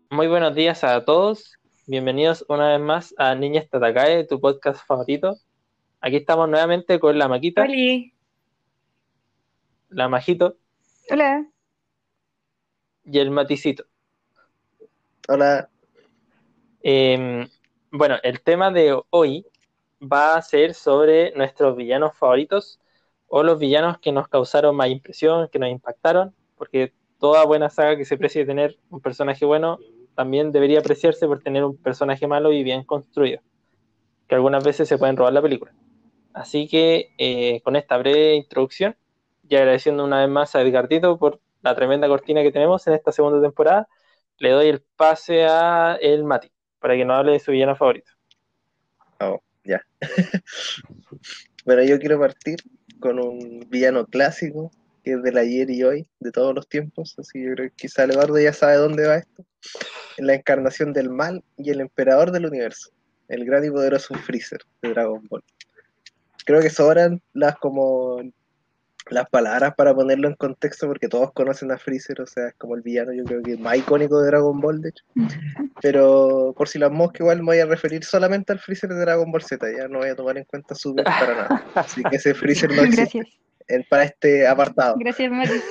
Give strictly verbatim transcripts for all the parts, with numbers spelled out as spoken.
Muy buenos días a todos. Bienvenidos una vez más a Niñas Tatakae, tu podcast favorito. Aquí estamos nuevamente con la Maquita, Oli, la Majito hola. y el Maticito. Hola. Eh, bueno, el tema de hoy va a ser sobre nuestros villanos favoritos o los villanos que nos causaron más impresión, que nos impactaron, porque toda buena saga que se precie tener un personaje bueno también debería apreciarse por tener un personaje malo y bien construido, que algunas veces se pueden robar la película. Así que eh, con esta breve introducción y agradeciendo una vez más a Edgardito por la tremenda cortina que tenemos en esta segunda temporada, le doy el pase a el Mati para que nos hable de su villano favorito. Oh, ya. Bueno, yo quiero partir con un villano clásico, que es del ayer y hoy, de todos los tiempos, así yo creo que quizá Eduardo ya sabe dónde va esto. En la encarnación del mal y el emperador del universo, el gran y poderoso Freezer de Dragon Ball. Creo que sobran las como las palabras para ponerlo en contexto, porque todos conocen a Freezer, o sea, es como el villano, yo creo que más icónico de Dragon Ball, de hecho. Pero por si las moscas, igual me voy a referir solamente al Freezer de Dragon Ball Z, ya no voy a tomar en cuenta Super para nada. Así que ese Freezer no existe Gracias. en, para este apartado. Gracias, Mati.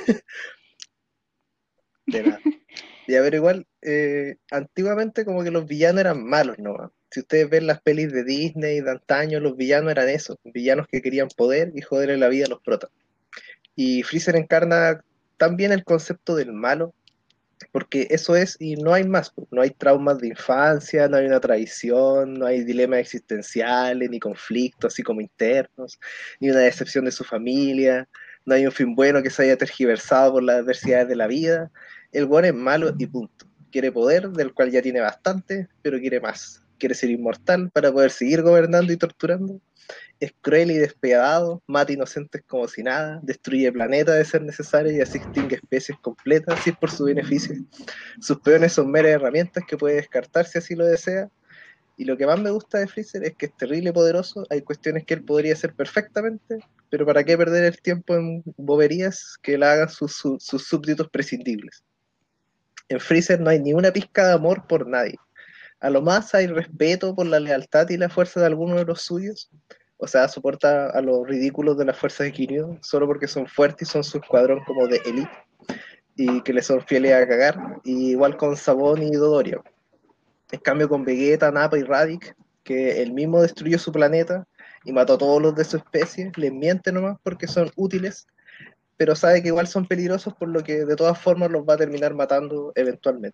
De nada. Y a ver, igual, eh, antiguamente como que los villanos eran malos, ¿no? Si ustedes ven las pelis de Disney de antaño, los villanos eran esos, villanos que querían poder y joderle la vida a los protas. Y Freezer encarna también el concepto del malo, porque eso es y no hay más, pues. No hay traumas de infancia, no hay una traición, no hay dilemas existenciales, ni conflictos así como internos, ni una decepción de su familia, no hay un fin bueno que se haya tergiversado por las adversidades de la vida. El bueno es malo y punto. Quiere poder, del cual ya tiene bastante, pero quiere más. Quiere ser inmortal para poder seguir gobernando y torturando. Es cruel y despiadado, mata inocentes como si nada, destruye planetas de ser necesario y así extingue especies completas si es por su beneficio. Sus peones son meras herramientas que puede descartar si así lo desea. Y lo que más me gusta de Freezer es que es terrible y poderoso. Hay cuestiones que él podría hacer perfectamente, pero ¿para qué perder el tiempo en boberías que la hagan sus, sus, sus súbditos prescindibles? En Freezer no hay ni una pizca de amor por nadie. A lo más hay respeto por la lealtad y la fuerza de algunos de los suyos. O sea, soporta a los ridículos de las fuerzas de Kiryu solo porque son fuertes y son su escuadrón como de élite y que le son fieles a cagar. Y igual con Sabón y Dodoria. En cambio con Vegeta, Nappa y Raditz, que él mismo destruyó su planeta y mató a todos los de su especie, les miente nomás porque son útiles, pero sabe que igual son peligrosos, por lo que de todas formas los va a terminar matando eventualmente.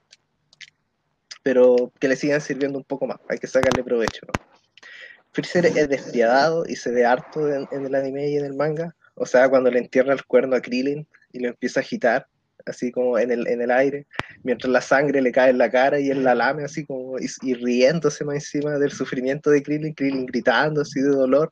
Pero que le sigan sirviendo un poco más, hay que sacarle provecho, ¿no? Freezer es despiadado y se ve harto en, en el anime y en el manga. O sea, cuando le entierra el cuerno a Krillin y lo empieza a agitar, así como en el, en el aire, mientras la sangre le cae en la cara y él la lame, así como, y, y riéndose más encima del sufrimiento de Krillin, Krillin gritando así de dolor.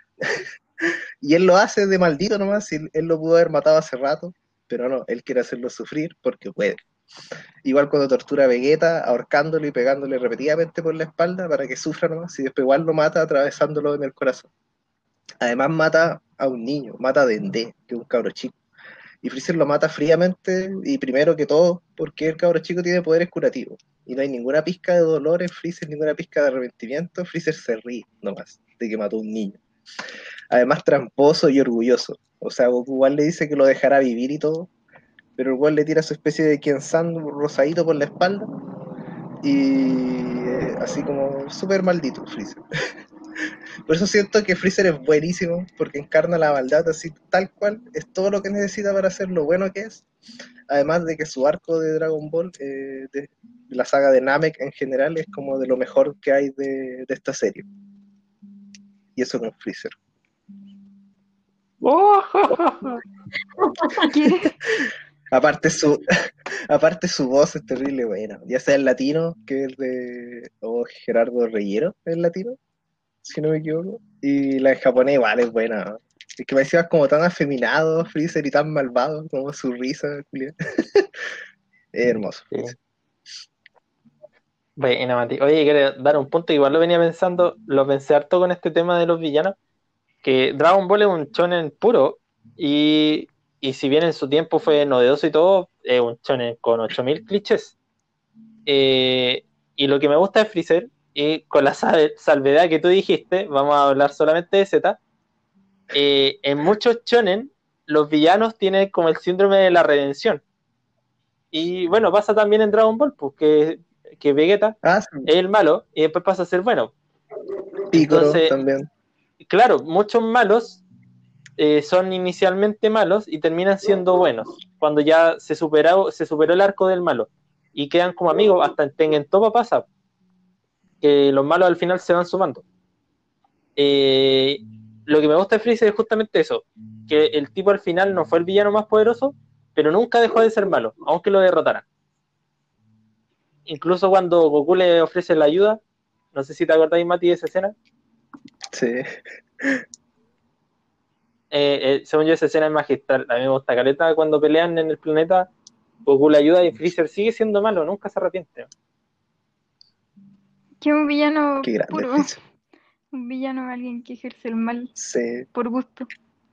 Y él lo hace de maldito nomás, y él lo pudo haber matado hace rato, pero no, él quiere hacerlo sufrir porque puede. Igual cuando tortura a Vegeta, ahorcándolo y pegándole repetidamente por la espalda para que sufra nomás, y después igual lo mata atravesándolo en el corazón. Además mata a un niño, mata a Dende, que es un cabro chico. Y Freezer lo mata fríamente y primero que todo porque el cabro chico tiene poderes curativos. Y no hay ninguna pizca de dolor en Freezer, ninguna pizca de arrepentimiento. Freezer se ríe nomás de que mató a un niño. Además tramposo y orgulloso. O sea, Goku igual le dice que lo dejará vivir y todo, pero el igual le tira su especie de Kiensan rosadito por la espalda y eh, así como súper maldito Freezer. Por eso siento que Freezer es buenísimo, porque encarna la maldad así tal cual, es todo lo que necesita para ser lo bueno que es. Además de que su arco de Dragon Ball, eh, de, de la saga de Namek en general, es como de lo mejor que hay de, de esta serie. Y eso con Freezer. ¡Oh! ¿Qué? Aparte su, aparte su voz es terrible buena, ya sea el latino, que es de oh, Gerardo Reyero, el latino, si no me equivoco, y la en japonés igual es buena, ¿no? Es que me decías como tan afeminado Freezer y tan malvado, como su risa, Julián. Es hermoso, Sí. Freezer. Bueno, Mati. Oye, quiero dar un punto, igual lo venía pensando, lo pensé harto con este tema de los villanos, que Dragon Ball es un shonen puro y, y si bien en su tiempo fue novedoso y todo, es un shonen con ocho mil clichés. Eh, y lo que me gusta de Freezer, y con la sal- salvedad que tú dijiste, vamos a hablar solamente de Z, eh, en muchos shonen los villanos tienen como el síndrome de la redención. Y bueno, pasa también en Dragon Ball, pues que, que Vegeta Ah, sí, es el malo y después pasa a ser bueno. Piccolo Entonces, también. claro, muchos malos eh, son inicialmente malos y terminan siendo buenos cuando ya se superó, se superó el arco del malo y quedan como amigos. Hasta en Tengen Toppa pasa que los malos al final se van sumando. Eh, lo que me gusta de Freezer es justamente eso, que el tipo al final no fue el villano más poderoso, pero nunca dejó de ser malo, aunque lo derrotaran. Incluso cuando Goku le ofrece la ayuda, no sé si te acordáis, Mati, de esa escena. Sí, Eh, eh, según yo, esa escena es magistral. A mí me gusta caleta cuando pelean en el planeta. Goku le ayuda y Freezer sigue siendo malo, nunca se arrepiente. Que un villano qué grande puro. Freezer. Un villano, alguien que ejerce el mal Sí, por gusto.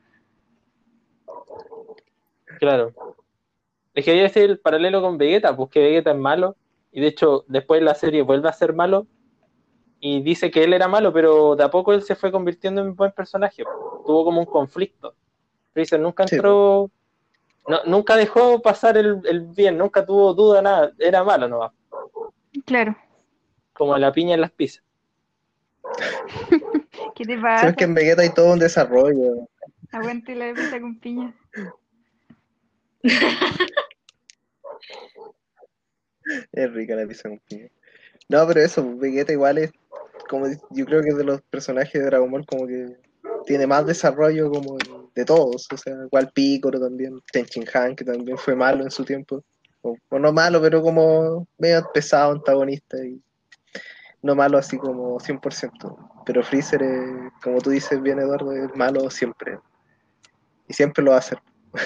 Claro. Es que hay ese el paralelo con Vegeta, pues que Vegeta es malo. Y de hecho, después la serie vuelve a ser malo. Y dice que él era malo, pero de a poco él se fue convirtiendo en un buen personaje. Tuvo como un conflicto. Freezer nunca sí, po. entró. No, nunca dejó pasar el, el bien, nunca tuvo duda, nada. Era malo nomás. Claro. Como la piña en las pizzas. ¿Qué te Sí, es que pasa? en Vegeta hay todo un desarrollo. Aguante la pizza con piña. Es rica la pizza con piña. No, pero eso, Vegeta igual es como yo creo que es de los personajes de Dragon Ball como que tiene más desarrollo como de todos, o sea, igual Piccolo también, Tenchin Han que también fue malo en su tiempo, o, o no malo, pero como medio pesado antagonista y no malo así como cien por ciento, pero Freezer es, como tú dices bien Eduardo, es malo siempre y siempre lo va a hacer,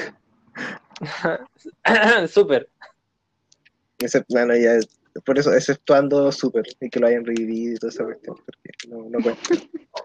Súper. Excep- bueno, ya, por eso, exceptuando Super y que lo hayan revivido y toda esa cuestión, porque no, no cuenta.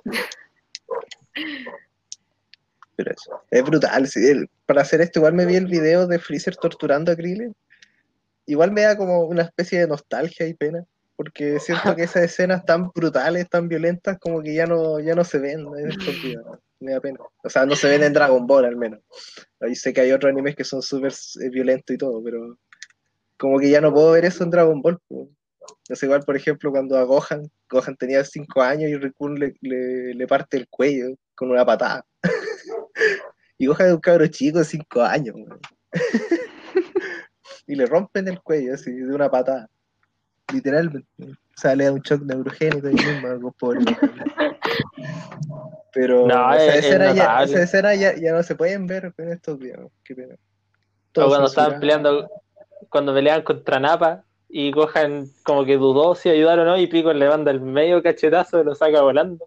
Pero eso, es brutal. Sí, el- para hacer esto, igual me vi el video de Freezer torturando a Krillin. Igual me da como una especie de nostalgia y pena, porque siento que esas escenas tan brutales, tan violentas, como que ya no, ya no se ven en estos días. Me da pena. O sea, no se ven en Dragon Ball al menos. Ahí sé que hay otros animes que son súper eh, violentos y todo, pero como que ya no puedo ver eso en Dragon Ball, po. No sé, igual, por ejemplo, cuando a Gohan, Gohan tenía cinco años y Rikun le, le, le parte el cuello con una patada. Y Gohan es un cabro chico de cinco años, weón. Y le rompen el cuello así de una patada, literalmente. O sea, le da un shock neurogénico ahí mismo, algo pobre Gohan. No, Pero esa es, es escena ya, esa notable. escena ya, ya no se pueden ver en estos días, qué pena. O Todo cuando estaban censurado. peleando, cuando peleaban contra Nappa y Gohan como que dudó si ayudar o no y Pico le manda el medio cachetazo y lo saca volando.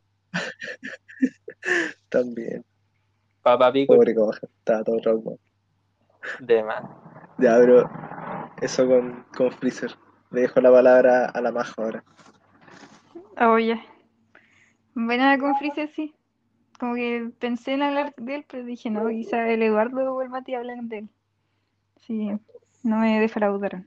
También. Papá Pico, Pobre Gohan, estaba todo traumado. de más. Ya, pero eso con, con Freezer. Le dejo la palabra a la Majo ahora. Oye. Bueno, con Freezer sí. Como que pensé en hablar de él, pero dije no, quizá el Eduardo o el Mati hablan de él. Sí, no me defraudaron.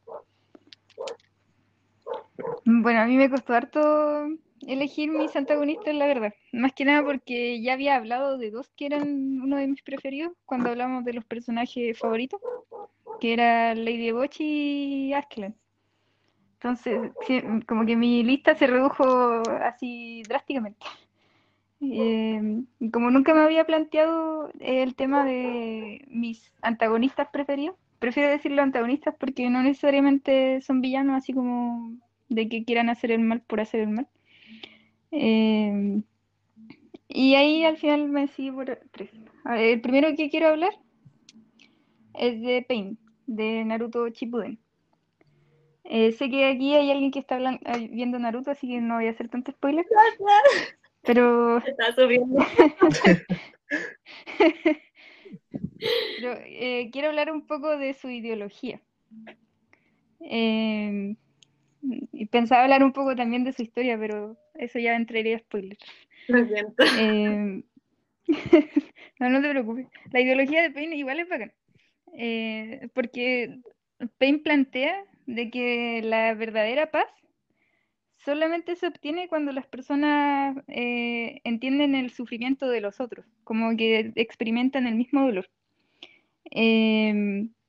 Bueno, a mí me costó harto elegir mis antagonistas, la verdad. Más que nada porque ya había hablado de dos que eran uno de mis preferidos cuando hablamos de los personajes favoritos, que era Lady Boch y Askeladd. Entonces, sí, como que mi lista se redujo así drásticamente. Eh, y como nunca me había planteado el tema de mis antagonistas preferidos, prefiero decirlo antagonistas porque no necesariamente son villanos, así como de que quieran hacer el mal por hacer el mal. Eh, y ahí al final me decidí por tres. A ver, el primero que quiero hablar es de Pain, de Naruto Shippuden. Eh, sé que aquí hay alguien que está hablan- eh, viendo Naruto, así que no voy a hacer tanto spoiler, pero Está subiendo. Pero eh, quiero hablar un poco de su ideología. Eh, y pensaba hablar un poco también de su historia, pero eso ya entraría a spoiler. Lo siento. Eh, no, no te preocupes. La ideología de Pain igual es bacán. Eh, porque Pain plantea de que la verdadera paz solamente se obtiene cuando las personas eh, entienden el sufrimiento de los otros, como que experimentan el mismo dolor. Em,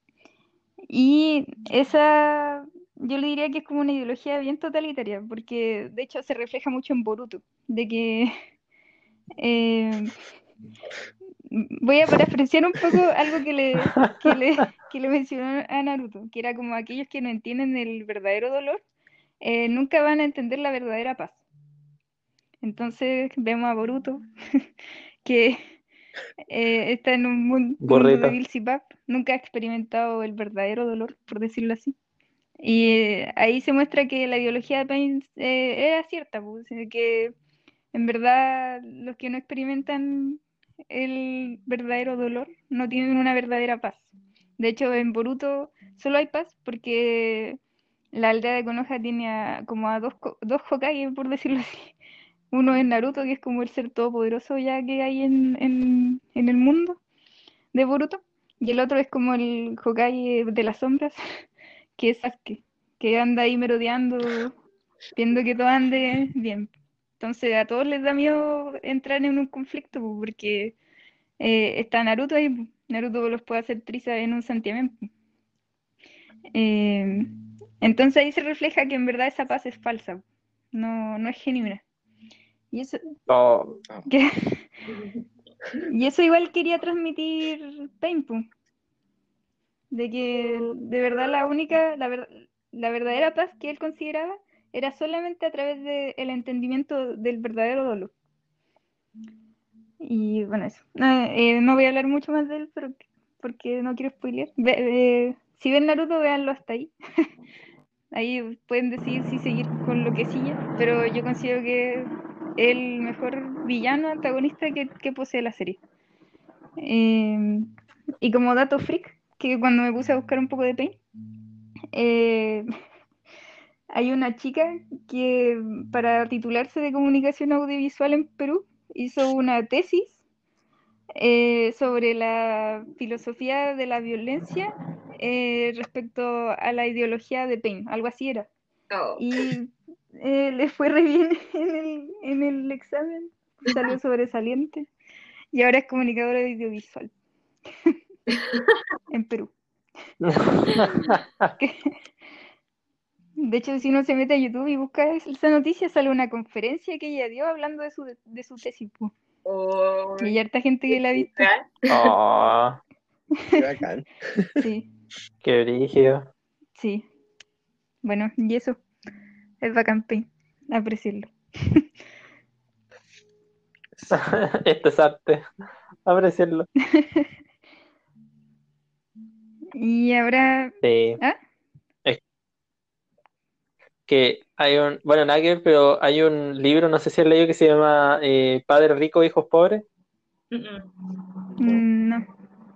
y esa, yo le diría que es como una ideología bien totalitaria, porque de hecho se refleja mucho en Boruto, de que em, voy a parafrasear un poco algo que le, que le, que le mencionó a Naruto, que era como aquellos que no entienden el verdadero dolor, eh, nunca van a entender la verdadera paz. Entonces vemos a Boruto, que eh, está en un mun- mundo de Burrito. Bilsipap, nunca ha experimentado el verdadero dolor, por decirlo así. Y eh, ahí se muestra que la ideología de Pain eh, era cierta, pues, de que en verdad los que no experimentan el verdadero dolor no tienen una verdadera paz. De hecho, en Boruto solo hay paz porque la aldea de Konoha tiene a- como a dos, ko- dos Hokage, por decirlo así. Uno es Naruto, que es como el ser todopoderoso ya que hay en, en, en el mundo de Boruto. Y el otro es como el Hokage de las sombras, que es Sasuke, que anda ahí merodeando, viendo que todo ande bien. Entonces a todos les da miedo entrar en un conflicto, po, porque eh, está Naruto ahí, po. Naruto los puede hacer trizas en un santiamén, po. Eh, entonces ahí se refleja que en verdad esa paz es falsa, po. No, no es genuina. Y eso, Oh, que- y eso igual quería transmitir Painpool, de que de verdad la única, la, ver- la verdadera paz que él consideraba era solamente a través del entendimiento del verdadero dolor. Y bueno, eso. No, eh, no voy a hablar mucho más de él, pero porque no quiero spoilear. Ve- eh, si ven Naruto, véanlo hasta ahí. Ahí pueden decidir si seguir con lo que sigue, pero yo considero que es el mejor villano antagonista que, que posee la serie. Eh, y como dato freak, que cuando me puse a buscar un poco de Pain, eh, hay una chica que para titularse de comunicación audiovisual en Perú hizo una tesis eh, sobre la filosofía de la violencia eh, respecto a la ideología de Pain, algo así era. Oh. Y eh, le fue re bien en el, en el examen, salió sobresaliente y ahora es comunicadora audiovisual en Perú. De hecho, si uno se mete a YouTube y busca esa noticia, sale una conferencia que ella dio hablando de su, de su tesis, po. Oh, Y hay harta gente que la ha visto. oh, Qué bacán. Sí, qué brígido. sí. Bueno, y eso es bacán, Pain. Apreciarlo. Esto es arte. Apreciarlo. Y ahora... Sí. ¿Ah? Es que hay un, bueno, nada que ver, pero hay un libro, no sé si has leído, que se llama eh, Padre Rico, Hijos Pobres, mm-mm. Mm, no.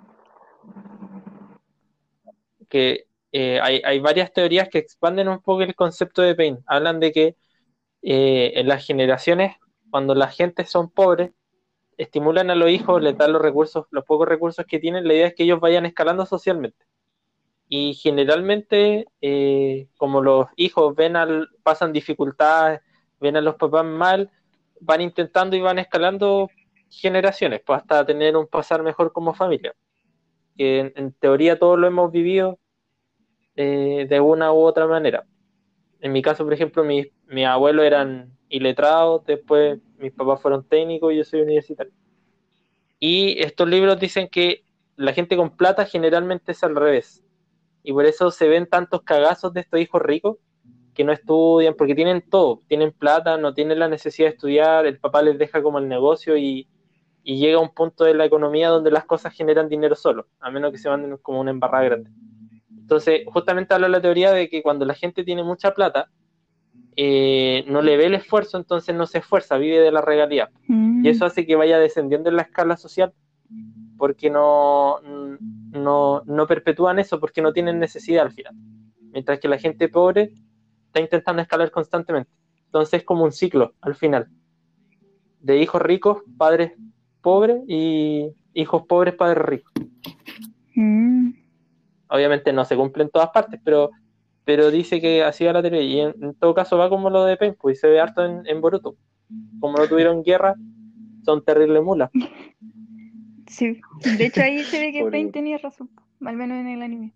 que eh, hay, hay varias teorías que expanden un poco el concepto de Pain. Hablan de que eh, en las generaciones, cuando las gentes son pobres, estimulan a los hijos, les dan los recursos, los pocos recursos que tienen, la idea es que ellos vayan escalando socialmente. Y generalmente, eh, como los hijos ven al, pasan dificultades, ven a los papás mal, van intentando y van escalando generaciones, pues hasta tener un pasar mejor como familia. Que en, en teoría todos lo hemos vivido eh, de una u otra manera. En mi caso, por ejemplo, mis, mis abuelos eran iletrados, después mis papás fueron técnicos y yo soy universitario. Y estos libros dicen que la gente con plata generalmente es al revés. Y por eso se ven tantos cagazos de estos hijos ricos que no estudian, porque tienen todo, tienen plata, no tienen la necesidad de estudiar, el papá les deja como el negocio y, y llega a un punto de la economía donde las cosas generan dinero solo, a menos que se manden como una embarrada grande. Entonces, justamente habla la teoría de que cuando la gente tiene mucha plata, eh, no le ve el esfuerzo, entonces no se esfuerza, vive de la regalía. Y Mm, eso hace que vaya descendiendo en la escala social, porque no, no, no perpetúan eso, porque no tienen necesidad al final. Mientras que la gente pobre está intentando escalar constantemente. Entonces es como un ciclo al final, de hijos ricos, padres pobres y hijos pobres, padres ricos. mm, Obviamente no se cumple en todas partes, pero pero dice que así va la teoría, y en, en todo caso va como lo de Pain, pues y se ve harto en, en Boruto. Como no tuvieron guerra, son terribles mulas. Sí, de hecho ahí se ve que Pobre Pain güey. tenía razón, al menos en el anime.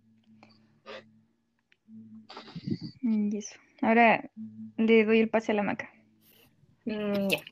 Mm, Y eso. Ahora le doy el pase a la maca. Mm, ya.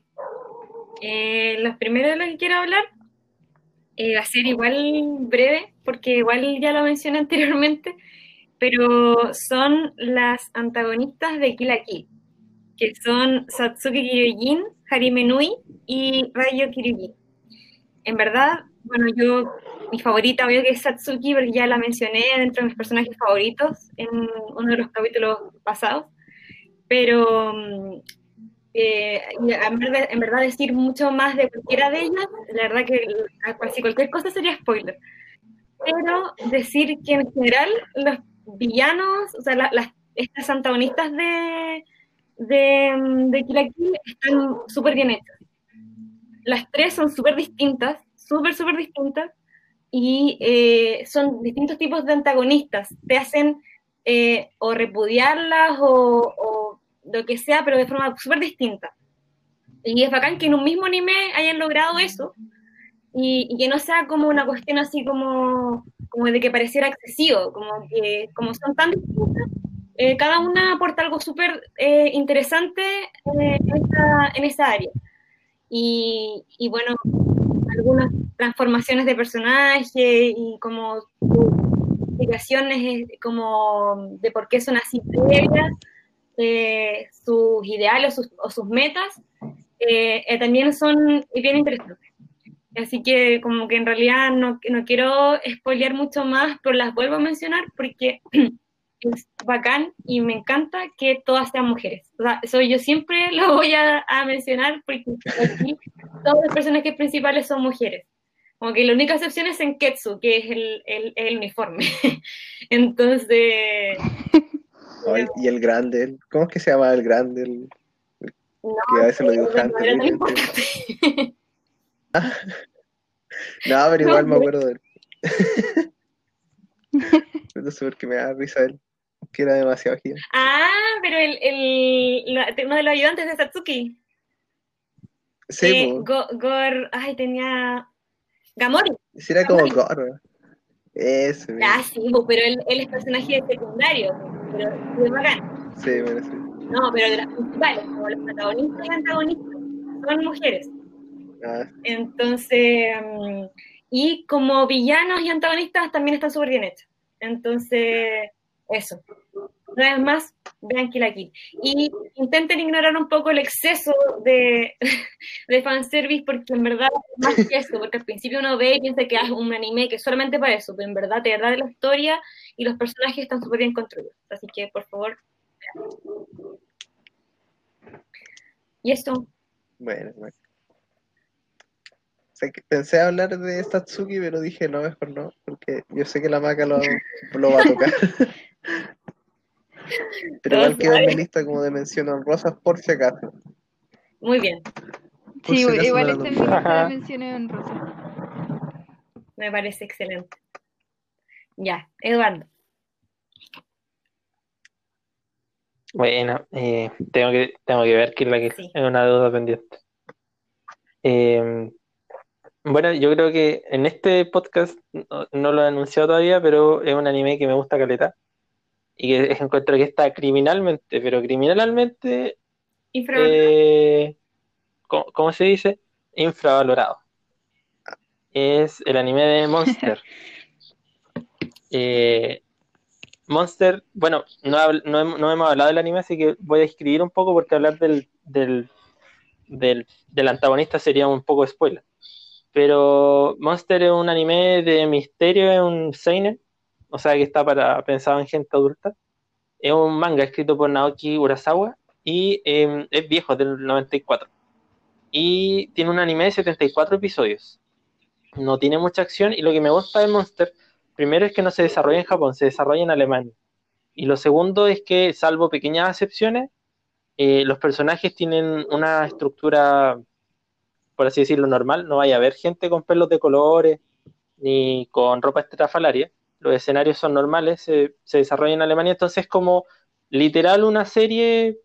Eh, los primeros de los que quiero hablar eh, va a ser igual breve, porque igual ya lo mencioné anteriormente, pero son las antagonistas de Kill la Kill, que son Satsuki Kyojin, Harime Nui y Ryo Kiryuki. En verdad, bueno, yo, mi favorita obvio que es Satsuki, porque ya la mencioné dentro de mis personajes favoritos en uno de los capítulos pasados, pero mm, eh, y en, verdad, en verdad decir mucho más de cualquiera de ellas, la verdad que casi cualquier cosa sería spoiler. Pero decir que en general los villanos, o sea, la, las, estas antagonistas de, de, de Kill la Kill están súper bien hechas. Las tres son súper distintas, súper, súper distintas, y eh, son distintos tipos de antagonistas. Te hacen eh, o repudiarlas o, o lo que sea, pero de forma súper distinta. Y es bacán que en un mismo anime hayan logrado eso y, y que no sea como una cuestión así como, como de que pareciera excesivo, como que como son tan distintas, eh, cada una aporta algo súper eh, interesante eh, en, esa, en esa área. Y, y bueno, algunas transformaciones de personaje y como explicaciones como de por qué son así previas, eh, sus ideales o sus, o sus metas, eh, eh, también son bien interesantes. Así que como que en realidad no, no quiero spoilear mucho más, pero las vuelvo a mencionar porque es bacán y me encanta que todas sean mujeres. O sea, eso yo siempre lo voy a, a mencionar porque aquí todos los personajes principales son mujeres. Como que la única excepción es en Ketsu, que es el, el, el uniforme. Entonces... Ay, y el grande, el- ¿cómo es que se llama el grande? El, No, que a veces lo dibujaban no era tan terrible. importante. No, pero No, igual me acuerdo de él. No sé por qué me da risa él, que era demasiado gigante. ah, pero el, el, la- uno de los ayudantes de Satsuki. Sí, Eh, pues, Go- Gor, ay, tenía Gamori. sí era como Gamori. Goro. Ese Ah, mismo. sí, po, pero él, él es personaje secundario, po, pero es bacán. Sí, bueno, sí. No, pero de las principales, como los protagonistas y antagonistas, son mujeres. Ah, Entonces, um, y como villanos y antagonistas también están súper bien hechos. Entonces, eso. Una vez más, vean Kill la Kill. Y intenten ignorar un poco el exceso de, de fanservice, porque en verdad es más que eso, porque al principio uno ve y piensa que es un anime que es solamente para eso, pero en verdad te da de la historia y los personajes están súper bien construidos. Así que, por favor, vean. Y esto, bueno, bueno. O sea, que pensé hablar de Satsuki, pero dije no, mejor no, porque yo sé que la maca lo, lo va a tocar. Pero todos igual quedó en mi saben. lista como de mención honrosas por si acaso. Muy bien, Por Sí, si acaso no igual la está en mi nombraba. lista de Ajá. menciones honrosas. me parece excelente. Ya, Eduardo. Bueno, eh, tengo que, tengo que ver qué es la que Sí. es una deuda pendiente. Eh, bueno, yo creo que en este podcast no, no lo he anunciado todavía, pero es un anime que me gusta caleta y que encuentro que está criminalmente, pero criminalmente, Infravalorado. eh, ¿cómo, cómo se dice? Infravalorado. Es el anime de Monster. Eh, Monster, bueno, no, habl- no, hem- no hemos hablado del anime, así que voy a escribir un poco porque hablar del, del, del, del antagonista sería un poco spoiler. Pero Monster es un anime de misterio, es un seinen, o sea que está para pensado en gente adulta. Es un manga escrito por Naoki Urasawa y eh, es viejo, del noventa y cuatro. Y tiene un anime de setenta y cuatro episodios. No tiene mucha acción y lo que me gusta de Monster, primero es que no se desarrolla en Japón, se desarrolla en Alemania. Y lo segundo es que, salvo pequeñas excepciones, eh, los personajes tienen una estructura, por así decirlo, normal. No vaya a haber gente con pelos de colores ni con ropa estrafalaria. los escenarios son normales, se, se desarrolla en Alemania, entonces es como literal una serie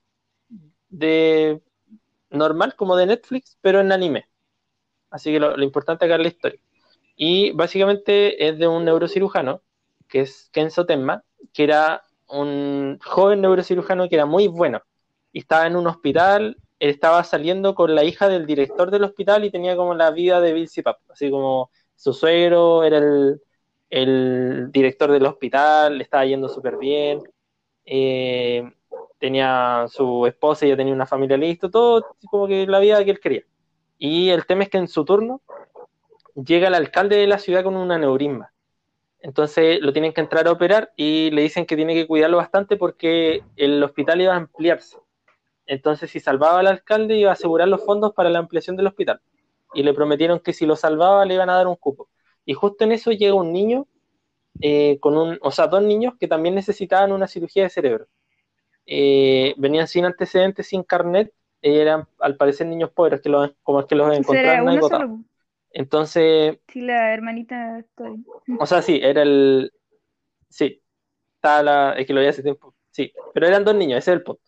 de normal, como de Netflix, pero en anime. Así que lo, lo importante acá es la historia. Y básicamente es de un neurocirujano, que es Kenzo Tenma, que era un joven neurocirujano que era muy bueno. Y estaba en un hospital, él estaba saliendo con la hija del director del hospital y tenía como la vida de Bill Zipap. Así como su suegro era el, el director del hospital, le estaba yendo súper bien. Eh, tenía su esposa y ya tenía una familia listo, todo como que la vida que él quería. Y el tema es que en su turno llega el alcalde de la ciudad con un aneurisma. Entonces lo tienen que entrar a operar y le dicen que tiene que cuidarlo bastante porque el hospital iba a ampliarse. Entonces si salvaba al alcalde iba a asegurar los fondos para la ampliación del hospital. Y le prometieron que si lo salvaba le iban a dar un cupo. Y justo en eso llega un niño, eh, con un, o sea, dos niños que también necesitaban una cirugía de cerebro. Eh, venían sin antecedentes, sin carnet, eran al parecer niños pobres, que los, como es que los O sea, era encontraron ahí uno botados. solo. Entonces, Sí, la hermanita estoy. o sea, sí, era el. Sí, estaba la. Es que lo vi hace tiempo. Sí, pero eran dos niños, ese es el punto.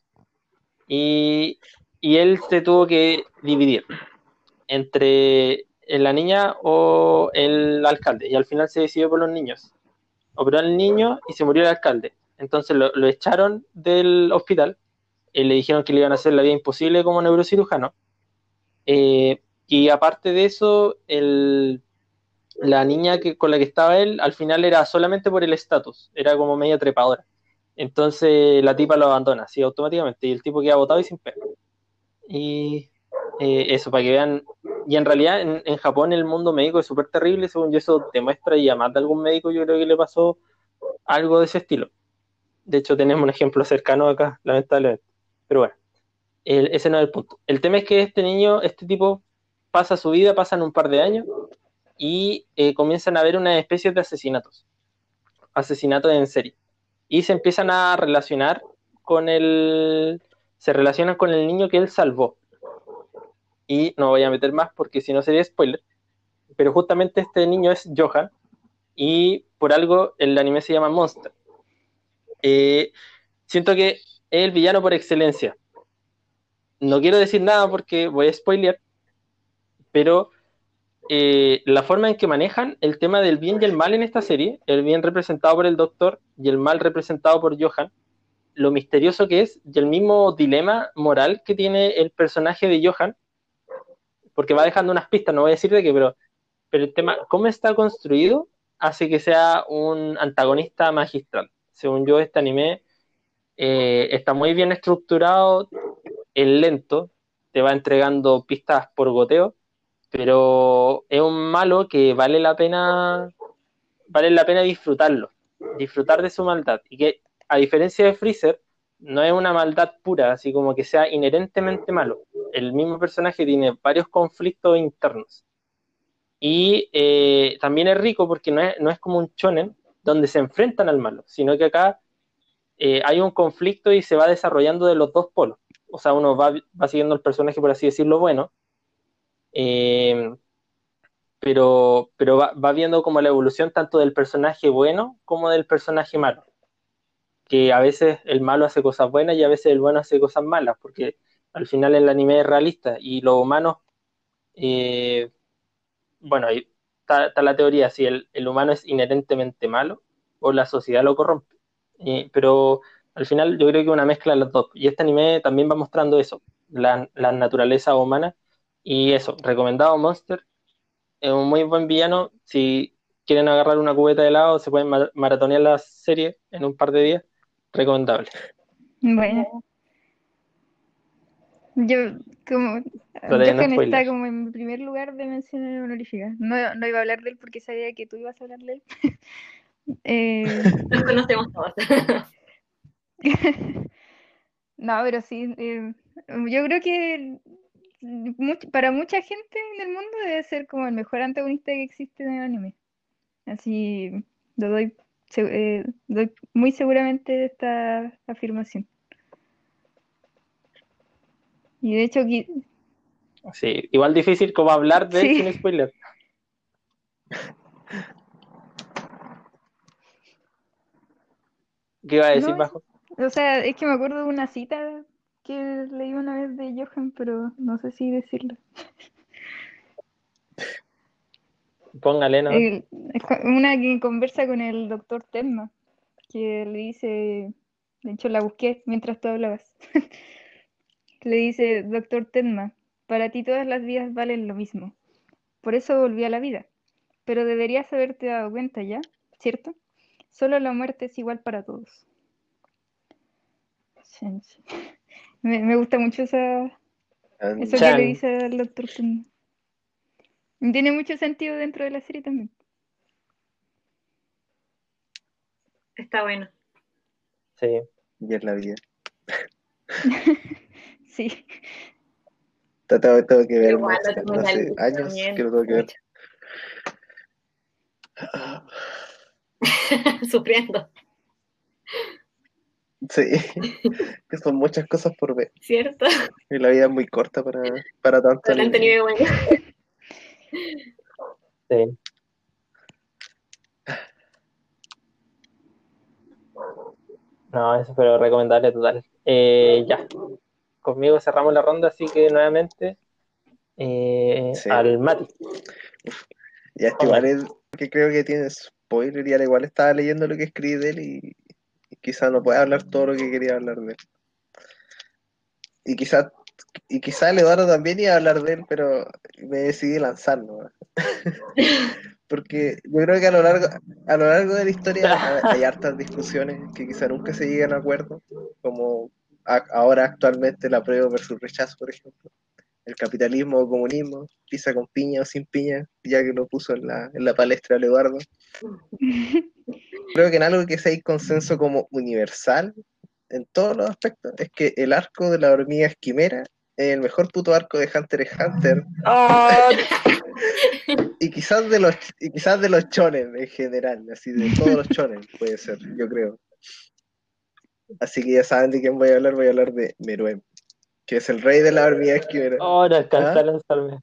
Y, y él se tuvo que dividir entre la niña o el alcalde. Y al final se decidió por los niños. Operó al niño y se murió el alcalde. Entonces lo, lo echaron del hospital. Eh, le dijeron que le iban a hacer la vida imposible como neurocirujano. Eh, y aparte de eso, el la niña que, con la que estaba él, al final era solamente por el estatus, era como media trepadora. Entonces la tipa lo abandona, así automáticamente, y el tipo queda botado y sin pelo. Y eh, eso, para que vean. Y en realidad en, en Japón el mundo médico es súper terrible, según yo eso demuestra, y a más de algún médico yo creo que le pasó algo de ese estilo. De hecho tenemos un ejemplo cercano acá, lamentablemente. Pero bueno, el, ese no es el punto. El tema es que este niño, este tipo, pasa su vida, pasan un par de años, y eh, comienzan a haber una especie de asesinatos, asesinatos en serie. Y se empiezan a relacionar con el, se relacionan con el niño que él salvó. Y no voy a meter más porque si no sería spoiler, pero justamente este niño es Johan y por algo el anime se llama Monster. Eh, siento que es el villano por excelencia. No quiero decir nada porque voy a spoilear, pero eh, la forma en que manejan el tema del bien y el mal en esta serie, el bien representado por el doctor y el mal representado por Johan, lo misterioso que es y el mismo dilema moral que tiene el personaje de Johan, porque va dejando unas pistas, no voy a decir de qué, pero, pero el tema, cómo está construido, hace que sea un antagonista magistral. Según yo, este anime eh, está muy bien estructurado, es lento, te va entregando pistas por goteo, pero es un malo que vale la pena vale la pena disfrutarlo, disfrutar de su maldad, y que a diferencia de Freezer no es una maldad pura, así como que sea inherentemente malo. El mismo personaje tiene varios conflictos internos y eh, también es rico porque no es, no es como un shonen donde se enfrentan al malo, sino que acá eh, hay un conflicto y se va desarrollando de los dos polos. O sea, uno va, va siguiendo el personaje, por así decirlo, bueno, eh, pero, pero va, va viendo como la evolución tanto del personaje bueno como del personaje malo. Que a veces el malo hace cosas buenas y a veces el bueno hace cosas malas, porque al final el anime es realista y los humanos, eh, bueno, ahí está, está la teoría, si el, el humano es inherentemente malo o la sociedad lo corrompe. Eh, pero al final yo creo que una mezcla de los dos. Y este anime también va mostrando eso, la, la naturaleza humana. Y eso, recomendado Monster. Es un muy buen villano. Si quieren agarrar una cubeta de helado, se pueden ma- maratonear la serie en un par de días. Recomendable. Bueno, yo como Todavía no Johan está spoiler. como en mi primer lugar de mención honorífica. No, no iba a hablar de él porque sabía que tú ibas a hablar de él. Eh, Nos conocemos todos. no, pero sí, eh, yo creo que much- para mucha gente en el mundo debe ser como el mejor antagonista que existe en el anime. Así lo doy, se- eh, doy muy seguramente de esta afirmación. Y de hecho, qui- Sí, igual difícil como hablar de él sin sí, spoiler. ¿Qué iba a decir, No, eso. Majo? O sea, es que me acuerdo de una cita que leí una vez de Johan, pero no sé si decirla. Póngale, ¿no? El- es cu- una que conversa con el doctor Tenma, que le dice, de hecho la busqué mientras tú hablabas, le dice, doctor Tenma, para ti todas las vidas valen lo mismo, por eso volví a la vida, pero deberías haberte dado cuenta ya, ¿cierto? Solo la muerte es igual para todos. Chan, chan. Me, me gusta mucho esa, eso que le Chan. dice al doctor Tenma. Tiene mucho sentido dentro de la serie también. Está bueno. Sí. Y es la vida. Sí. Tengo, tengo que Pero verme igual lo esta. tengo en la Hace lista años también. que lo tengo que ver. Mucho. Sufriendo, Sí, que son muchas cosas por ver. ¿cierto? Y la vida es muy corta para, para tanto Adelante, anime. nivel bueno. Sí. No, eso pero recomendable total. Eh, ya. Conmigo cerramos la ronda, así que nuevamente eh, Sí. al Mati. Ya este igual Póngale. es que creo que tiene spoiler y al igual estaba leyendo lo que escribí de él y, y quizás no pueda hablar todo lo que quería hablar de él. Y quizás y quizá el Eduardo también iba a hablar de él, pero me decidí lanzar, ¿no? Porque yo creo que a lo largo, a lo largo de la historia hay, hay hartas discusiones que quizá nunca se llegan a acuerdo, como a- ahora actualmente la prueba versus rechazo, por ejemplo. El capitalismo o comunismo, pizza con piña o sin piña, ya que lo puso en la, en la palestra el Eduardo. Creo que en algo que sea hay consenso como universal en todos los aspectos es que el arco de la hormiga esquimera es el mejor puto arco de Hunter x Hunter ¡Oh! y quizás de los y quizás de los shonen en general, así de todos los shonen puede ser, yo creo. Así que ya saben de quién voy a hablar, voy a hablar de Meruem, que es el rey de la hormiga esquimera. Oh, no alcancé ¿Ah? a lanzarme.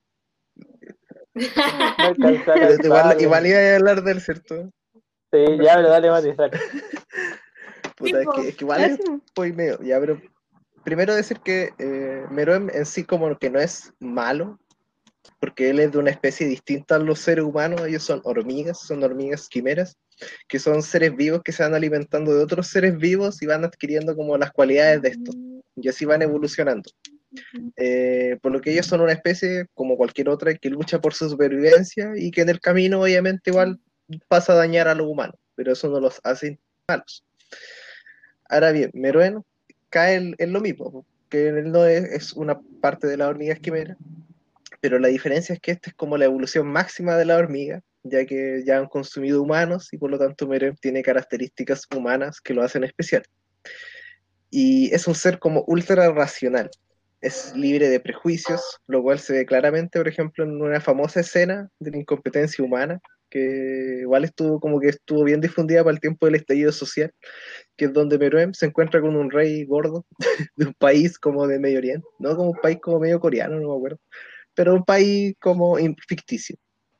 No alcancé a Pero igual, lanzarme. igual iba a hablar del cierto. Sí, ya, pero dale, Mati, dale. Puta, es que, es que igual Ah, es sí, po. muy medio. Ya, pero primero decir que eh, Meruem en sí como que no es malo, porque él es de una especie distinta a los seres humanos, ellos son hormigas, son hormigas quimeras, que son seres vivos que se van alimentando de otros seres vivos y van adquiriendo como las cualidades de estos, y así van evolucionando. Eh, por lo que ellos son una especie como cualquier otra que lucha por su supervivencia y que en el camino obviamente igual pasa a dañar a los humanos, pero eso no los hace malos. Ahora bien, Meruem cae en, en lo mismo, que él no es, es una parte de la hormiga esquimera, pero la diferencia es que esta es como la evolución máxima de la hormiga, ya que ya han consumido humanos y por lo tanto Meruem tiene características humanas que lo hacen especial. Y es un ser como ultra racional, es libre de prejuicios, lo cual se ve claramente, por ejemplo, en una famosa escena de la incompetencia humana, que igual estuvo como que estuvo bien difundida para el tiempo del estallido social, que es donde Meruem se encuentra con un rey gordo de un país como de Medio Oriente, no como un país como medio coreano, no me acuerdo, pero un país como ficticio.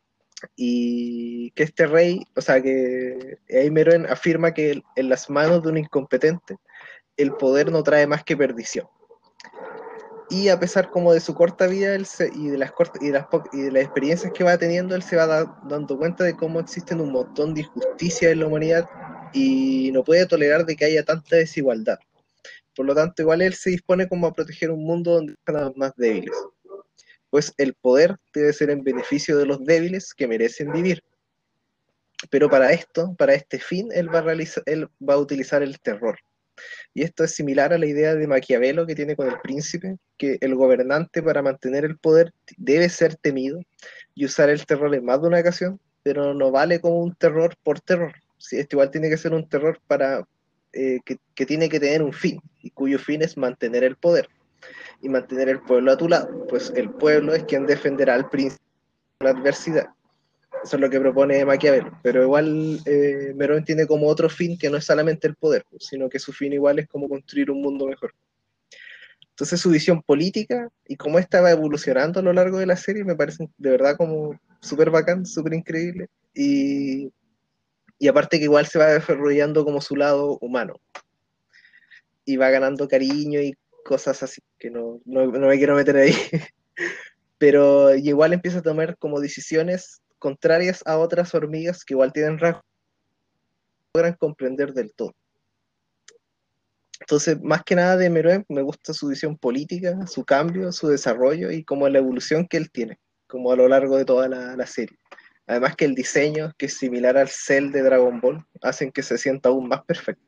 Y que este rey, o sea, que ahí Meruem afirma que en las manos de un incompetente el poder no trae más que perdición. Y a pesar como de su corta vida él se, y, de las cortas, y, de las y de las experiencias que va teniendo, él se va da, dando cuenta de cómo existen un montón de injusticias en la humanidad y no puede tolerar de que haya tanta desigualdad. Por lo tanto, igual él se dispone como a proteger un mundo donde están los más débiles. Pues el poder debe ser en beneficio de los débiles que merecen vivir. Pero para esto, para este fin, él va a, realizar, él va a utilizar el terror. Y esto es similar a la idea de Maquiavelo que tiene con el príncipe, que el gobernante para mantener el poder debe ser temido y usar el terror en más de una ocasión, pero no vale como un terror por terror. Sí, esto igual tiene que ser un terror para eh, que, que tiene que tener un fin, y cuyo fin es mantener el poder y mantener el pueblo a tu lado, pues el pueblo es quien defenderá al príncipe de la adversidad. Eso es lo que propone Maquiavelo, pero igual eh, Meron tiene como otro fin que no es solamente el poder, sino que su fin igual es como construir un mundo mejor. Entonces su visión política y cómo esta va evolucionando a lo largo de la serie me parece de verdad como súper bacán, súper increíble. Y, Y aparte que igual se va desarrollando como su lado humano. Y va ganando cariño y cosas así, que no, no, no me quiero meter ahí. Pero igual empieza a tomar como decisiones contrarias a otras hormigas que igual tienen rasgos que no logran comprender del todo. Entonces, más que nada de Meruem, me gusta su visión política, su cambio, su desarrollo y como la evolución que él tiene, como a lo largo de toda la, la serie. Además que el diseño, que es similar al Cell de Dragon Ball, hacen que se sienta aún más perfecto.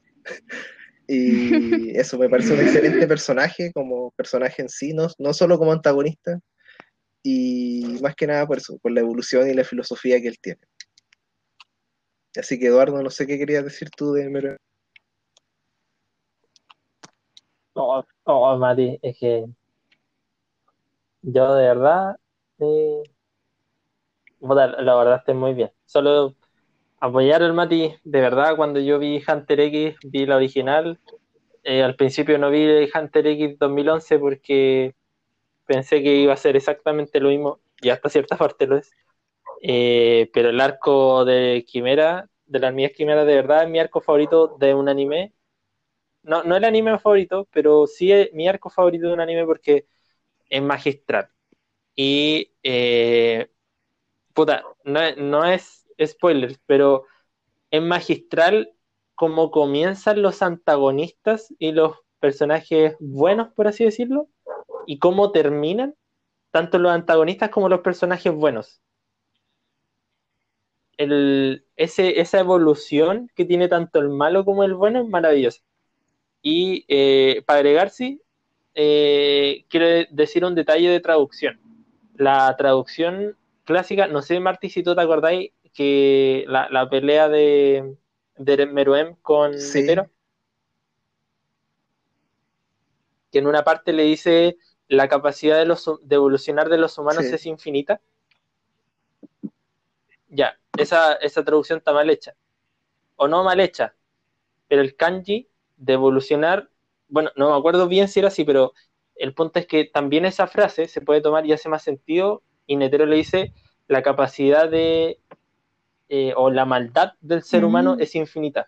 Y eso me parece un excelente personaje, como personaje en sí, no, no solo como antagonista, y más que nada por eso, por la evolución y la filosofía que él tiene. Así que Eduardo, no sé qué querías decir tú de Meruem. Oh, oh, Mati, es que yo de verdad, eh, puta, la verdad estoy muy bien. Solo apoyar al Mati, de verdad, cuando yo vi Hunter X, vi la original. Eh, al principio no vi Hunter X dos mil once porque pensé que iba a ser exactamente lo mismo, y hasta cierta parte lo es. Eh, pero el arco de Quimera, de las mías Quimera, de verdad es mi arco favorito de un anime. No, no el anime favorito, pero sí es mi arco favorito de un anime porque es magistral. Y, eh, puta, no, no es spoiler, pero es magistral cómo comienzan los antagonistas y los personajes buenos, por así decirlo, y cómo terminan tanto los antagonistas como los personajes buenos. El, ese, esa evolución que tiene tanto el malo como el bueno es maravillosa. Y eh, para agregar, sí, eh, quiero decir un detalle de traducción. La traducción clásica, no sé, Martí, si tú te acordáis que la, la pelea de, de Meruem con Sí, Netero, que en una parte le dice la capacidad de, los, de evolucionar de los humanos sí, es infinita. Ya, esa, esa traducción está mal hecha. O no mal hecha, pero el kanji de evolucionar, bueno, no me acuerdo bien si era así, pero el punto es que también esa frase se puede tomar y hace más sentido, y Netero le dice, la capacidad de, eh, o la maldad del ser humano Mm. es infinita.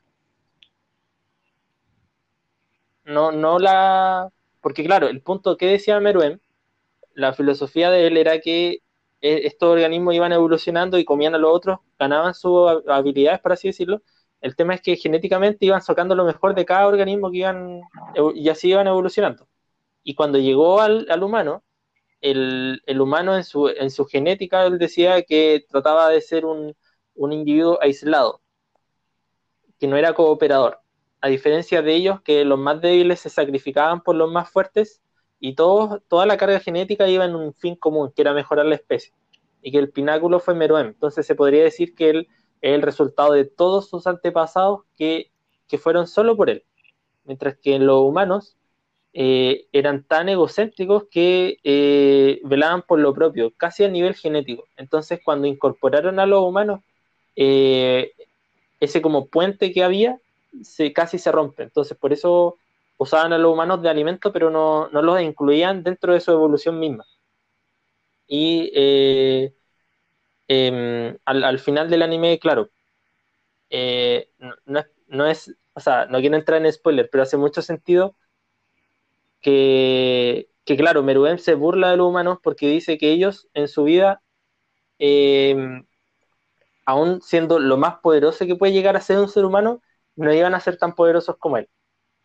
No, no la... Porque claro, el punto que decía Meruem, la filosofía de él era que eh, estos organismos iban evolucionando y comían a los otros, ganaban sus habilidades, por así decirlo. El tema es que genéticamente iban sacando lo mejor de cada organismo que iban, y así iban evolucionando. Y cuando llegó al, al humano, el, el, humano en su, en su genética, él decía que trataba de ser un, un individuo aislado, que no era cooperador. A diferencia de ellos, que los más débiles se sacrificaban por los más fuertes, y todos, toda la carga genética iba en un fin común, que era mejorar la especie. Y que el pináculo fue Meruem. Entonces se podría decir que él es el resultado de todos sus antepasados que, que fueron solo por él. Mientras que los humanos eh, eran tan egocéntricos que eh, velaban por lo propio, casi a nivel genético. Entonces cuando incorporaron a los humanos, eh, ese como puente que había se, casi se rompe. Entonces por eso usaban a los humanos de alimento, pero no, no los incluían dentro de su evolución misma. Y eh, eh, al, al, final del anime, claro, eh, no, no, es, no es, o sea, no quiero entrar en spoiler, pero hace mucho sentido que, que claro, Meruem se burla de los humanos porque dice que ellos en su vida, eh, aún siendo lo más poderoso que puede llegar a ser un ser humano, no iban a ser tan poderosos como él.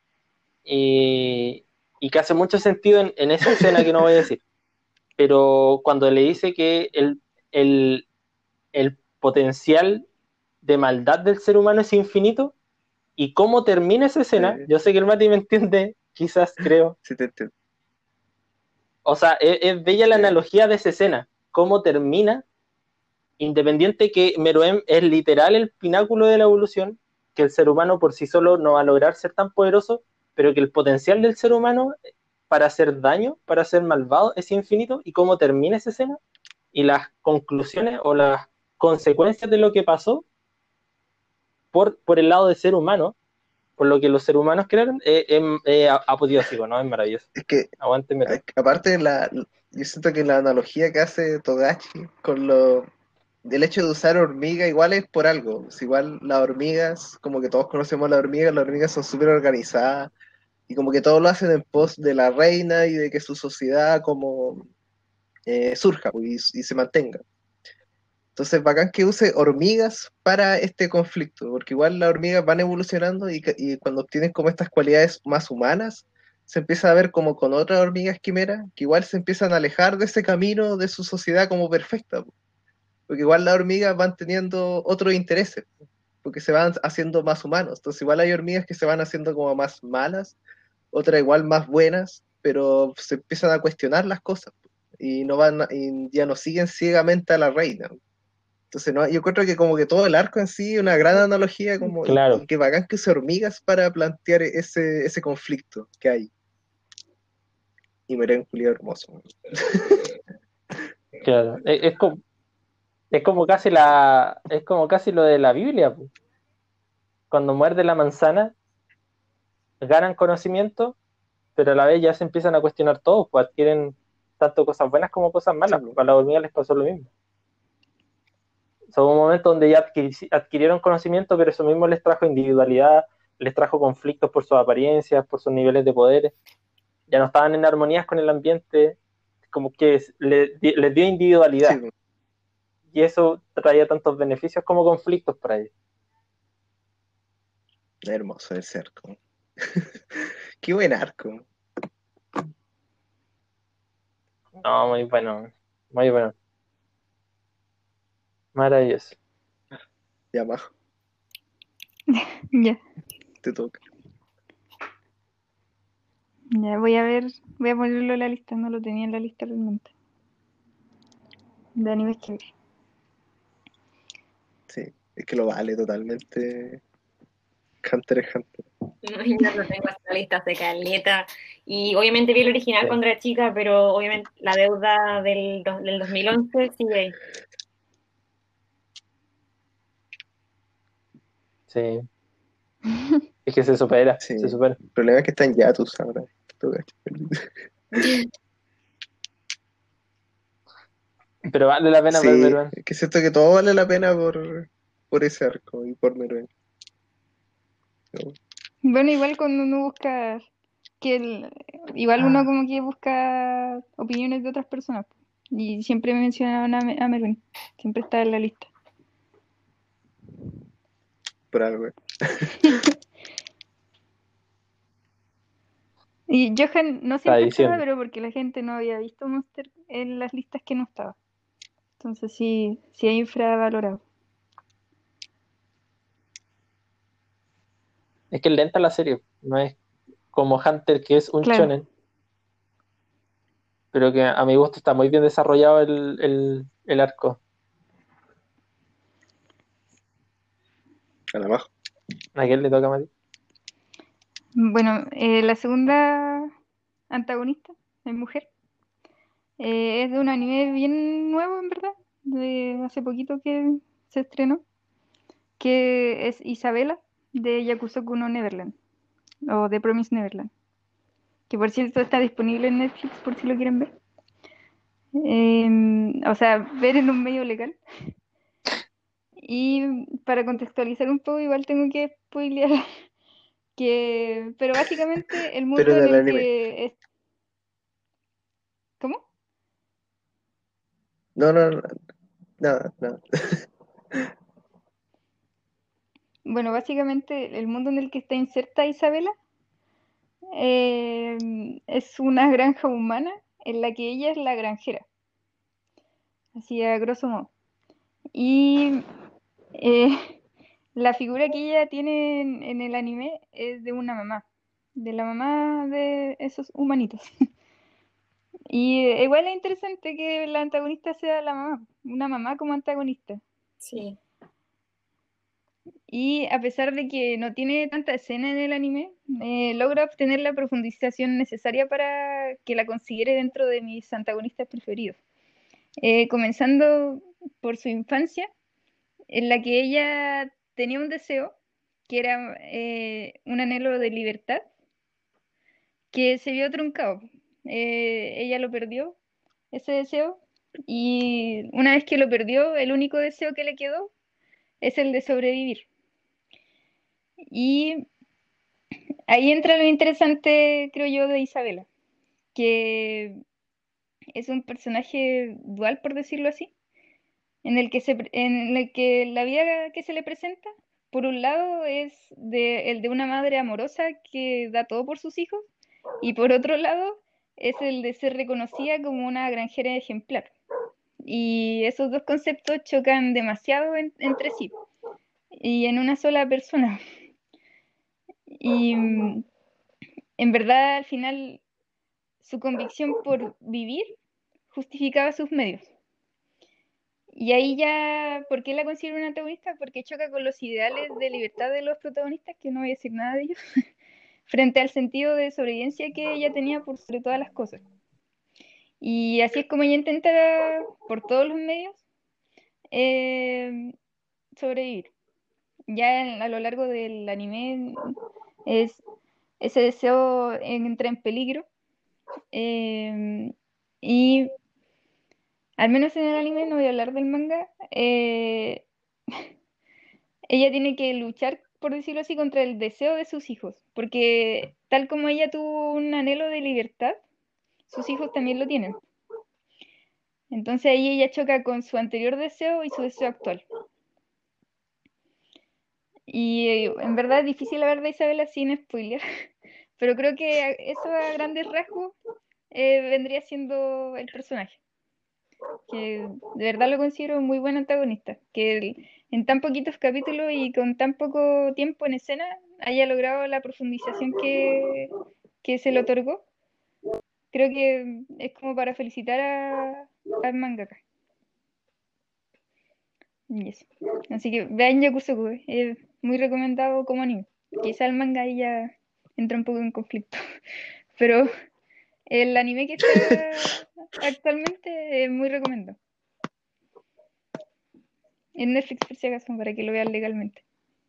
Y, y que hace mucho sentido en, en esa escena que no voy a decir. Pero cuando le dice que el, el, el potencial de maldad del ser humano es infinito, y cómo termina esa escena, sí, yo sé que el Mati me entiende, quizás, creo. sí te entiendo. O sea, es, es bella la Sí. analogía de esa escena, cómo termina, independiente que Meruem es literal el pináculo de la evolución, que el ser humano por sí solo no va a lograr ser tan poderoso, pero que el potencial del ser humano para hacer daño, para ser malvado, es infinito, y cómo termina esa escena, y las conclusiones o las consecuencias de lo que pasó por, por el lado del ser humano, por lo que los seres humanos crearon, es eh, eh, eh, apoteósico, ¿no? Es maravilloso. Es que, Aguante Meruem. aparte, la, yo siento que la analogía que hace Togashi con los el hecho de usar hormiga igual es por algo. Pues igual las hormigas, como que todos conocemos las hormigas, las hormigas son súper organizadas y como que todos lo hacen en pos de la reina y de que su sociedad como eh, surja pues, y, y se mantenga. Entonces, bacán que use hormigas para este conflicto, porque igual las hormigas van evolucionando y, y cuando obtienen como estas cualidades más humanas, se empieza a ver como con otras hormigas quimeras, que igual se empiezan a alejar de ese camino de su sociedad como perfecta, porque igual las hormigas van teniendo otros intereses, porque se van haciendo más humanos. Entonces, igual hay hormigas que se van haciendo como más malas, otras igual más buenas, pero se empiezan a cuestionar las cosas y no van y ya no siguen ciegamente a la reina. Entonces, no, yo creo que como que todo el arco en sí es una gran analogía como, y, Claro, y que bacán que use hormigas para plantear ese, ese conflicto que hay. Y Meren Julio hermoso. claro. Es, es como, es como casi la, es como casi lo de la Biblia, po. Cuando muerde la manzana, ganan conocimiento, pero a la vez ya se empiezan a cuestionar todo, pues adquieren tanto cosas buenas como cosas Sí, malas, pues a las hormigas les pasó lo mismo. Son un momento donde ya adquiri- adquirieron conocimiento, pero eso mismo les trajo individualidad, les trajo conflictos por sus apariencias, por sus niveles de poder. Ya no estaban en armonías con el ambiente, como que es- le- di- les dio individualidad. sí, Y eso traía tantos beneficios como conflictos para ellos. hermoso ese arco. Qué buen arco. No, muy bueno, muy bueno. Maravilloso. Ya, Majo, Ya, te toca. ya voy a ver, voy a ponerlo en la lista, no lo tenía en la lista realmente. De animes que ver. Sí, es que lo vale totalmente. Hunter x Hunter. No, yo no tengo esta lista hace caleta. Y obviamente vi el original Sí, cuando era chica, pero obviamente la deuda del, do- del dos mil once sigue ahí. sí. Es que se supera, Sí. se supera. El problema es que está en Yatus ahora. Tú, ¿cachai? Pero vale la pena ver Sí, Meruán. es que siento que todo vale la pena por, por ese arco y por Meruem. Bueno, igual cuando uno busca, que el- igual uno como que busca opiniones de otras personas. Y siempre me mencionaban a, Me- a Meruem, siempre está en la lista. Por algo. Y Johan no Estaba siempre estaba, diciendo. pero porque la gente no había visto Monster en las listas que no estaba. Entonces sí, sí hay infravalorado. Es que es lenta la serie. No es como Hunter, que es un Claro. shonen. Pero que a mi gusto está muy bien desarrollado el, el, el arco. A la Majo. ¿A quién le toca a Mati? Bueno, eh, la segunda antagonista, es mujer, eh, es de un anime bien nuevo, en verdad, de hace poquito que se estrenó, que es Isabela, de Yakusoku no Neverland, o de Promise Neverland, que por cierto está disponible en Netflix por si lo quieren ver. Em, o sea, ver en un medio legal. Y para contextualizar un poco, igual tengo que spoilear que, pero básicamente el Pero mundo en en el el anime. que es, ¿cómo? No, no, no. Nada, nada. Bueno, básicamente el mundo en el que está inserta Isabela eh, es una granja humana en la que ella es la granjera, así a grosso modo. Y eh, la figura que ella tiene en, en el anime es de una mamá, de la mamá de esos humanitos. Y eh, igual es interesante que la antagonista sea la mamá, una mamá como antagonista. Sí. Y a pesar de que no tiene tanta escena en el anime, eh, logra obtener la profundización necesaria para que la considere dentro de mis antagonistas preferidos. Eh, comenzando por su infancia, en la que ella tenía un deseo, que era eh, un anhelo de libertad, que se vio truncado. Eh, ella lo perdió, ese deseo, y una vez que lo perdió, el único deseo que le quedó es el de sobrevivir. Y ahí entra lo interesante, creo yo, de Isabela, que es un personaje dual, por decirlo así, en el que, se, en el que la vida que se le presenta, por un lado, es de, el de una madre amorosa que da todo por sus hijos, y por otro lado, es el de ser reconocida como una granjera ejemplar. Y esos dos conceptos chocan demasiado en, entre sí, y en una sola persona. Y mm, en verdad, al final, su convicción por vivir justificaba sus medios. Y ahí ya, ¿por qué la considero una antagonista? Porque choca con los ideales de libertad de los protagonistas, que no voy a decir nada de ellos, frente al sentido de sobrevivencia que ella tenía por sobre todas las cosas. Y así es como ella intenta, por todos los medios, eh, sobrevivir. Ya en- a lo largo del anime, es, ese deseo entra en peligro. eh, y al menos en el anime, no voy a hablar del manga, eh, ella tiene que luchar, por decirlo así, contra el deseo de sus hijos, porque tal como ella tuvo un anhelo de libertad, sus hijos también lo tienen. Entonces ahí ella choca con su anterior deseo y su deseo actual. Y eh, en verdad es difícil hablar de Isabela sin spoiler, pero creo que a- eso a grandes rasgos eh, vendría siendo el personaje, que de verdad lo considero muy buen antagonista, que el- en tan poquitos capítulos y con tan poco tiempo en escena haya logrado la profundización que, que se le otorgó. Creo que es como para felicitar a, al mangaka. Y eso. Así que vean Yakusoku, es muy recomendado como anime. Quizá el manga ahí ya entra un poco en conflicto, pero el anime que está actualmente es muy recomendado. En Netflix, por si acaso, para que lo vean legalmente.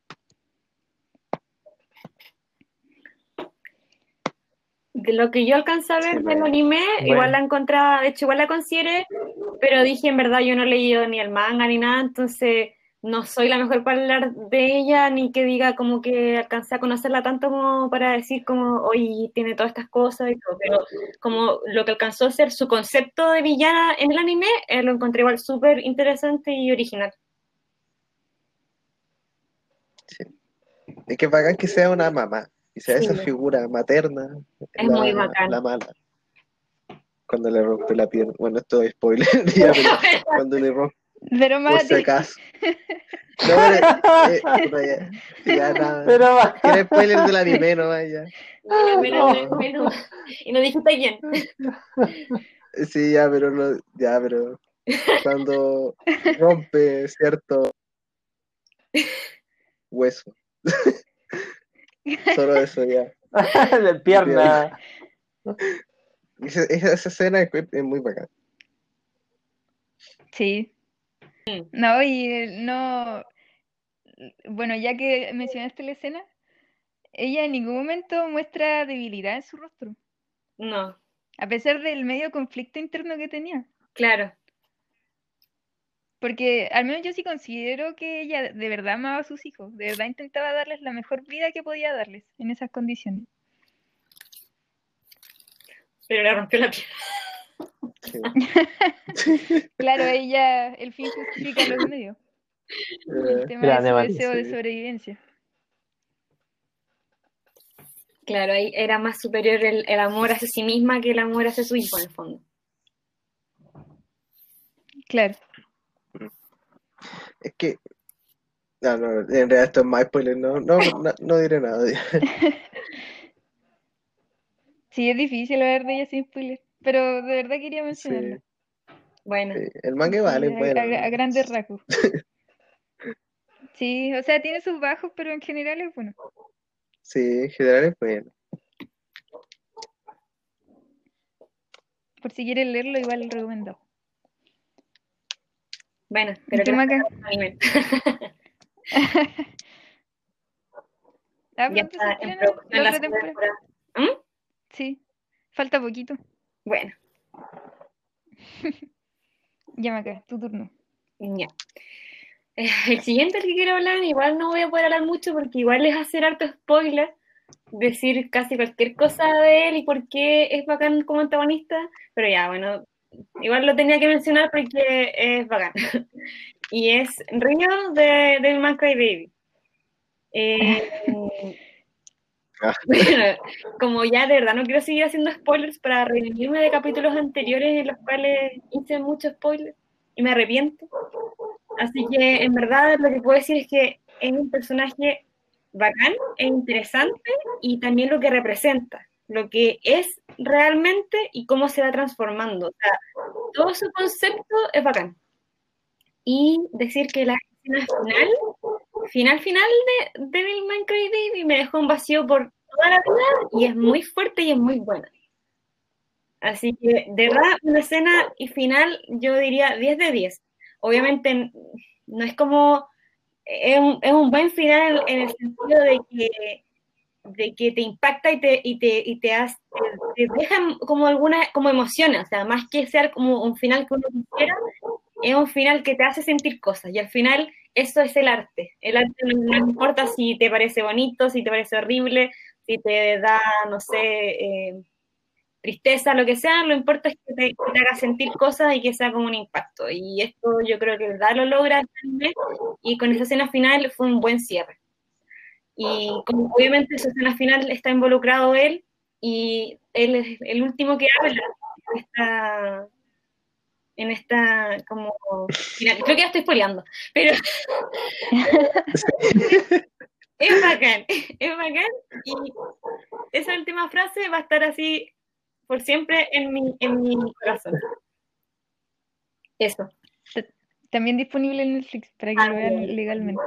De lo que yo alcancé a Sí, ver del bueno. anime, Bueno. igual la encontraba, de hecho igual la consideré, pero dije en verdad yo no he leído ni el manga ni nada, entonces no soy la mejor para hablar de ella, ni que diga como que alcancé a conocerla tanto como para decir como, oye, tiene todas estas cosas y todo, pero como lo que alcanzó a ser su concepto de villana en el anime, eh, lo encontré igual súper interesante y original. Sí. Es que es bacán que sea una mamá, y sea Sí, esa figura materna, es muy la, bacán. la mala. Cuando le rompe la pierna, bueno, esto es spoiler, ya, pero cuando le rompe, Pero por más si acaso. No, pero, eh, puta, ya, ya nada. Pero va. Que era spoiler del anime, no ya. Mira, mira, No. bueno, y no dijiste quién. Sí, ya, pero no, ya, pero cuando rompe cierto hueso. Solo eso ya. De pierna. Esa, esa escena es, es muy bacán. Sí. No, y eh, no. Bueno, ya que mencionaste la escena, ella en ningún momento muestra debilidad en su rostro, No, a pesar del medio conflicto interno que tenía. claro. Porque al menos yo sí considero que ella de verdad amaba a sus hijos, de verdad intentaba darles la mejor vida que podía darles en esas condiciones. Pero le rompió la pierna. Sí. Claro, ella, el fin justifica los medios. El Eh, tema de Grande, su Mati. deseo de Sí. sobrevivencia. Claro, ahí era más superior el, el amor hacia sí misma que el amor hacia su hijo, en el fondo. Claro. Es que. No, no, en realidad esto es más spoiler, no, no, no, no diré nada. Sí, es difícil hablar de ella sin spoiler, pero de verdad quería Sí, mencionarla. Bueno, sí. El manga Sí, vale, a, bueno. a- a grandes rasgos. Sí, o sea, tiene sus bajos, pero en general es bueno. Sí, en general es bueno. Por si quieren leerlo, igual lo recomiendo. bueno, ¿Y pero tú, que no Maca? se anime. Ah, Ya pronto se está en estrena producción la la otra segunda temporada. temporada. ¿Mm? Sí, falta poquito. Bueno, Ya me acá, tu turno. Ya. Eh, El siguiente al que quiero hablar, igual no voy a poder hablar mucho porque igual es hacer harto spoiler, decir casi cualquier cosa de él y por qué es bacán como antagonista, pero ya, bueno, igual lo tenía que mencionar porque es bacán. Y es Río de Devil May Cry Baby. Eh, Ah. bueno, como ya de verdad no quiero seguir haciendo spoilers para redimirme de capítulos anteriores en los cuales hice muchos spoilers y me arrepiento. Así que en verdad lo que puedo decir es que es un personaje bacán e interesante y también lo que representa, lo que es realmente y cómo se va transformando. O sea, todo su concepto es bacán. Y decir que la escena final, final, final de Devil May Cry Baby me dejó un vacío por toda la vida y es muy fuerte y es muy buena. Así que, de verdad, una escena y final, yo diría diez de diez. Obviamente, no es como. Es un, es un buen final en el sentido de que, de que te impacta y te, y te, y te, hace, te, te deja como alguna como emociones. O sea, más que ser como un final que uno quisiera, es un final que te hace sentir cosas. Y al final, eso es el arte. El arte no, no importa si te parece bonito, si te parece horrible, si te da, no sé. Eh, tristeza, lo que sea, lo importa es que te, que te haga sentir cosas y que sea como un impacto. Y esto yo creo que verdad lo logra este anime, y con esa escena final fue un buen cierre. Y como obviamente esa escena final está involucrado él, y él es el último que habla en esta, en esta como final. Creo que ya estoy spoileando, pero es bacán, es bacán, y esa última frase va a estar así por siempre en mi, en mi corazón. Eso. También disponible en Netflix para que Ah, lo vean bien. legalmente.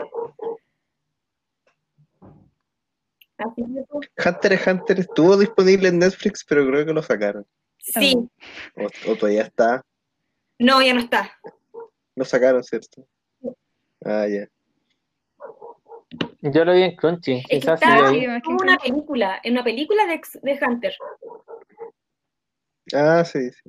Así que, pues, Hunter x Hunter estuvo disponible en Netflix, pero creo que lo sacaron. sí, Oh. O, o todavía está. no, ya no está. Lo sacaron, ¿cierto? Ah, ya. Yo lo vi en Crunchy, Es que quizás está sigue Sí, ahí. más que como en una Crunchy. película, en una película de, de Hunter. Ah, sí, sí.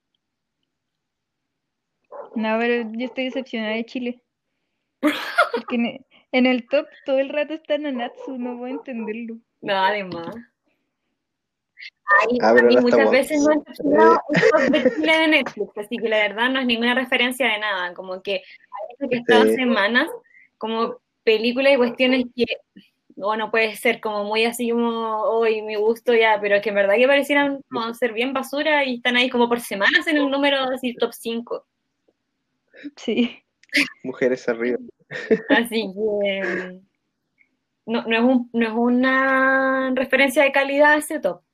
No, pero yo estoy decepcionada de Chile. Porque en el, en el top todo el rato está Nanatsu, no puedo entenderlo. No, además. Ay, Ah, a pero mí ahora muchas estamos. veces no he Eh, decepcionado el top de Chile de Netflix, así que la verdad no es ninguna referencia de nada. Como que hay veces que he estado sí. semanas como películas y cuestiones que bueno, puede ser como muy así como hoy mi gusto ya, pero que en verdad que parecieran como ser bien basura y están ahí como por semanas en el número así top cinco. Sí. Mujeres arriba. Así que no, no, es un, no es una referencia de calidad ese top.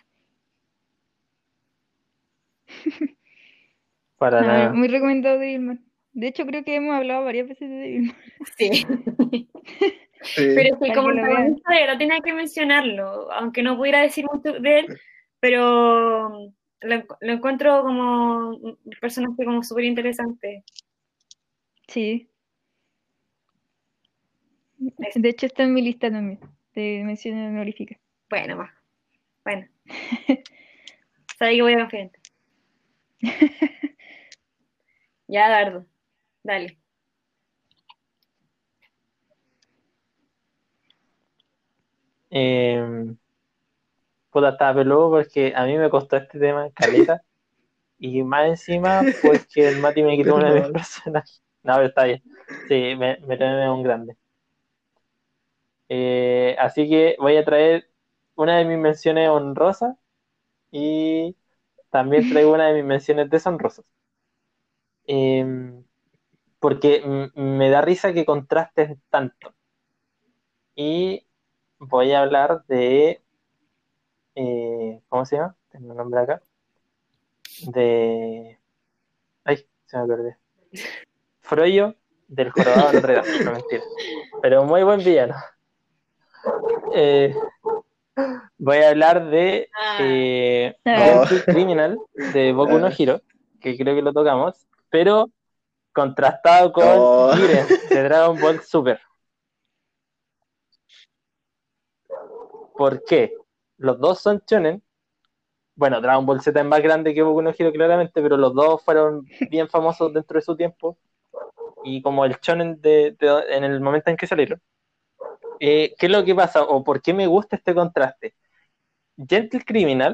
Para No, nada. muy recomendado Devilman. De hecho, creo que hemos hablado varias veces de Devilman. Sí. Sí. Pero es que Para como que lo vean. antagonista de verdad tenía que mencionarlo, aunque no pudiera decir mucho de él, pero lo, lo encuentro como un personaje como súper interesante. Sí. Eso. De hecho, está en mi lista también. De menciones honoríficas. Bueno, más. Bueno. Sabes que voy a confiar en ti. Ya, Dardo. Dale. Eh, puta, estaba peludo porque a mí me costó este tema caleta. Y más encima porque el Mati me quitó uno de mis Perdón. personajes. No, pero está bien. Sí, me, me teme un grande. Eh, así que voy a traer una de mis menciones honrosas y también traigo una de mis menciones deshonrosas. Eh, porque m- me da risa que contrasten tanto. Y voy a hablar de, eh, ¿cómo se llama? Tengo un nombre acá. De... Ay, se me perdió. Froyo del Jorobado de Notre Dame. No, mentira. Pero muy buen villano. Eh, voy a hablar de Ah, eh, Ah, Oh. Gentle Criminal de Boku no Ah. Hero, que creo que lo tocamos, pero contrastado con Oh. Jiren de Dragon Ball Super. ¿Por qué? Los dos son shonen bueno, Dragon Ball Z es más grande que Boku no Hero claramente, pero los dos fueron bien famosos dentro de su tiempo, y como el shonen de, de- en el momento en que salieron. Eh, ¿qué es lo que pasa? ¿O por qué me gusta este contraste? Gentle Criminal,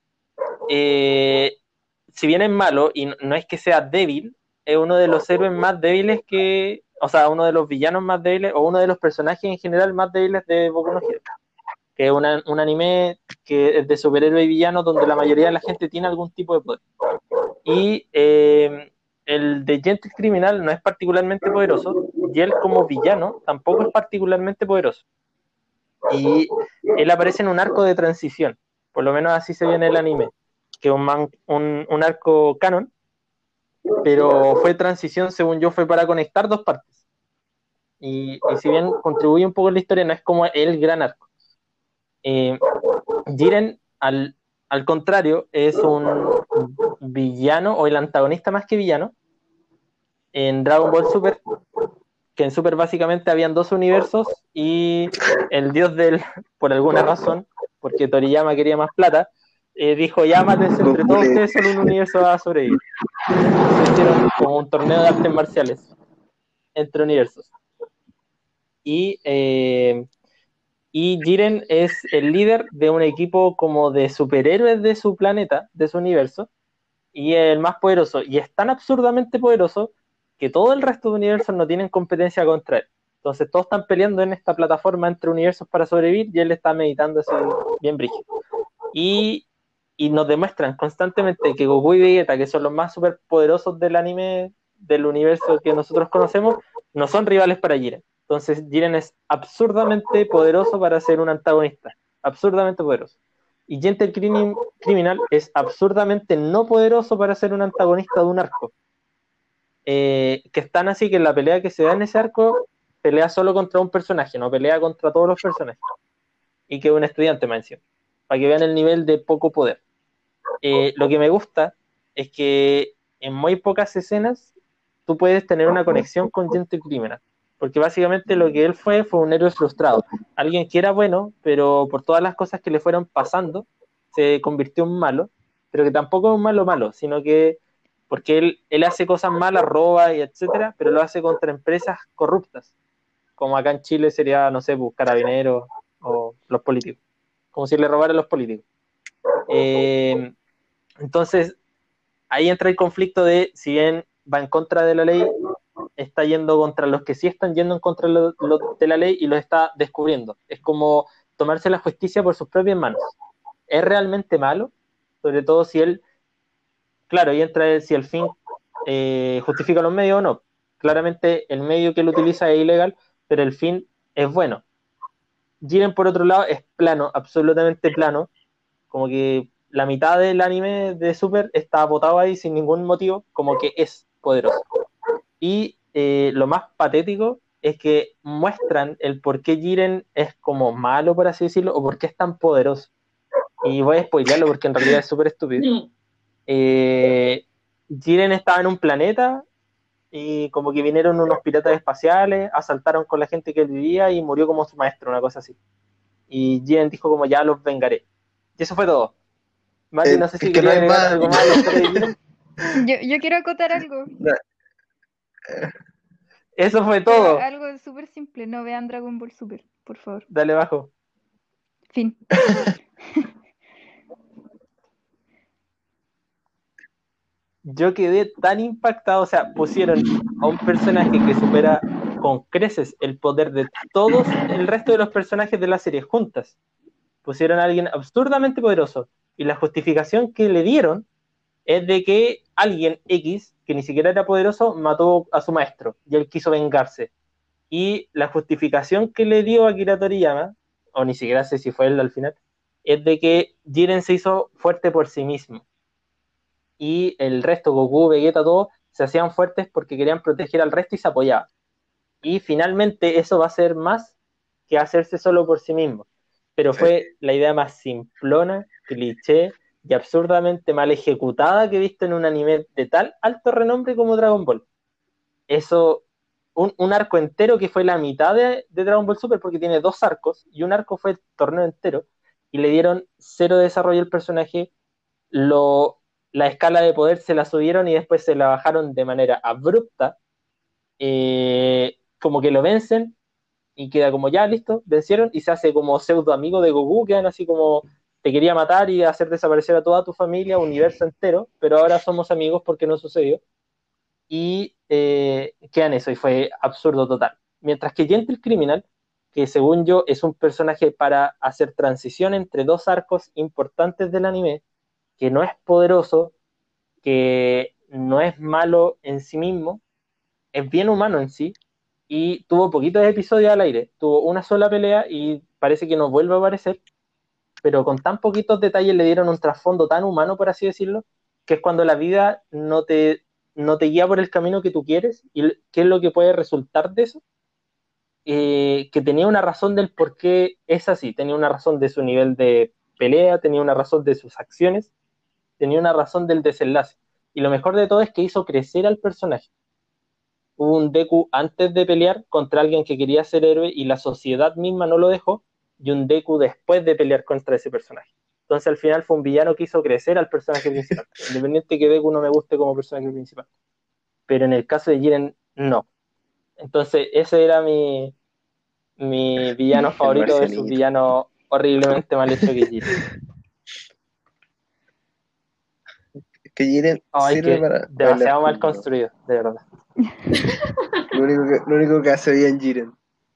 eh, si bien es malo, y no, no es que sea débil, es uno de los héroes más débiles que, o sea, uno de los villanos más débiles, o uno de los personajes en general más débiles de Boku no Hero, que es una- un anime que es de superhéroe y villano donde la mayoría de la gente tiene algún tipo de poder. Y eh, el de Gentle Criminal no es particularmente poderoso, y él como villano tampoco es particularmente poderoso. Y él aparece en un arco de transición, por lo menos así se ve en el anime, que es un, man- un, un arco canon, pero fue transición, según yo, fue para conectar dos partes. Y, y si bien contribuye un poco en la historia, no es como el gran arco. Eh, Jiren, al, al contrario, es un villano, o el antagonista más que villano, en Dragon Ball Super, que en Super básicamente habían dos universos y el dios del, por alguna razón, porque Toriyama quería más plata, eh, dijo, ya mátense entre Goku todos le ustedes, solo un universo va a sobrevivir. Entonces hicieron como un torneo de artes marciales entre universos. Y, eh, y Jiren es el líder de un equipo como de superhéroes de su planeta, de su universo, y es el más poderoso. Y es tan absurdamente poderoso que todo el resto de universos no tienen competencia contra él. Entonces todos están peleando en esta plataforma entre universos para sobrevivir y él está meditando así bien brígido. Y, y nos demuestran constantemente que Goku y Vegeta, que son los más superpoderosos del anime, del universo que nosotros conocemos, no son rivales para Jiren. Entonces Jiren es absurdamente poderoso para ser un antagonista. Absurdamente poderoso. Y Gentle Criminal es absurdamente no poderoso para ser un antagonista de un arco. Eh, que es tan así que en la pelea que se da en ese arco, pelea solo contra un personaje, no pelea contra todos los personajes. Y que es un estudiante más encima, para que vean el nivel de poco poder. Eh, lo que me gusta es que en muy pocas escenas tú puedes tener una conexión con Gentle Criminal, porque básicamente lo que él fue fue un héroe frustrado, alguien que era bueno, pero por todas las cosas que le fueron pasando se convirtió en malo, pero que tampoco es un malo malo, sino que porque él, él hace cosas malas, roba y etcétera, pero lo hace contra empresas corruptas, como acá en Chile sería, no sé, pues, carabineros o los políticos, como si le robaran los políticos. Eh, entonces, ahí entra el conflicto de si bien va en contra de la ley, está yendo contra los que sí están yendo en contra lo, lo de la ley y lo está descubriendo. Es como tomarse la justicia por sus propias manos. ¿Es realmente malo? Sobre todo si él, claro, ahí entra el, si el fin eh, justifica los medios o no. Claramente el medio que él utiliza es ilegal, pero el fin es bueno. Jiren, por otro lado, es plano, absolutamente plano, como que la mitad del anime de Super está botado ahí sin ningún motivo, como que es poderoso. Y eh, lo más patético es que muestran el por qué Jiren es como malo, por así decirlo, o por qué es tan poderoso. Y voy a spoilearlo porque en realidad es súper estúpido. Eh, Jiren estaba en un planeta y como que vinieron unos piratas espaciales, asaltaron con la gente que él vivía y murió como su maestro, una cosa así. Y Jiren dijo como ya los vengaré. Y eso fue todo. Mati, Eh, no sé es si que no quería hay agregar más. algo más a la historia de Jiren. Yo, yo quiero acotar algo, No, Eso fue pero todo. algo súper simple. No vean Dragon Ball Super, por favor. Dale bajo. Fin. Yo quedé tan impactado, o sea, pusieron a un personaje que supera con creces el poder de todos el resto de los personajes de la serie juntas. Pusieron a alguien absurdamente poderoso y la justificación que le dieron es de que alguien X, que ni siquiera era poderoso, mató a su maestro y él quiso vengarse. Y la justificación que le dio a Akira Toriyama, o ni siquiera sé si fue él al final, es de que Jiren se hizo fuerte por sí mismo. Y el resto, Goku, Vegeta, todos, se hacían fuertes porque querían proteger al resto y se apoyaban. Y finalmente eso va a ser más que hacerse solo por sí mismo. Pero sí. fue la idea más simplona, cliché y absurdamente mal ejecutada que he visto en un anime de tal alto renombre como Dragon Ball. Eso, un, un arco entero que fue la mitad de, de Dragon Ball Super, porque tiene dos arcos, y un arco fue el torneo entero, y le dieron cero desarrollo al personaje, lo, la escala de poder se la subieron y después se la bajaron de manera abrupta, eh, como que lo vencen y queda como ya, listo, vencieron y se hace como pseudo amigo de Goku, quedan así como te quería matar y hacer desaparecer a toda tu familia, universo entero, pero ahora somos amigos porque no sucedió. Y eh, quedan eso, y fue absurdo total. Mientras que Gentle Criminal, que según yo es un personaje para hacer transición entre dos arcos importantes del anime, que no es poderoso, que no es malo en sí mismo, es bien humano en sí, y tuvo poquitos episodios al aire, tuvo una sola pelea y parece que no vuelve a aparecer, pero con tan poquitos detalles le dieron un trasfondo tan humano, por así decirlo, que es cuando la vida no te, no te guía por el camino que tú quieres y qué es lo que puede resultar de eso, eh, que tenía una razón del por qué es así, tenía una razón de su nivel de pelea, tenía una razón de sus acciones, tenía una razón del desenlace. Y lo mejor de todo es que hizo crecer al personaje. Hubo un Deku antes de pelear contra alguien que quería ser héroe y la sociedad misma no lo dejó, y un Deku después de pelear contra ese personaje. Entonces al final fue un villano que hizo crecer al personaje principal, independiente que Deku no me guste como personaje principal. Pero en el caso de Jiren, no. Entonces ese era mi, mi villano El favorito versus marcianito. villano horriblemente mal hecho que Jiren. Que Jiren Ay, sirve que para bailar demasiado mal cumbia. construido, de verdad. Lo único que, lo único que hace bien Jiren.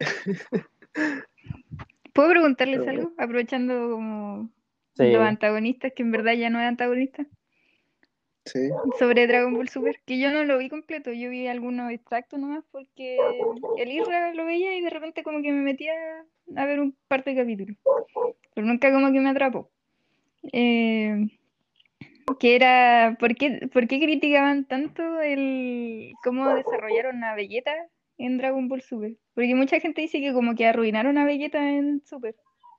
¿Puedo preguntarles Pero bueno, algo? Aprovechando como los Sí, antagonistas, que en verdad ya no es antagonista, sí. sobre Dragon Ball Super, que yo no lo vi completo, yo vi algunos extractos nomás porque el Isra lo veía y de repente como que me metía a ver un par de capítulos, pero nunca como que me atrapó. Eh, que era, ¿por qué, por qué criticaban tanto el cómo desarrollaron a Vegeta en Dragon Ball Super? Porque mucha gente dice que como que arruinaron a Vegeta en Super.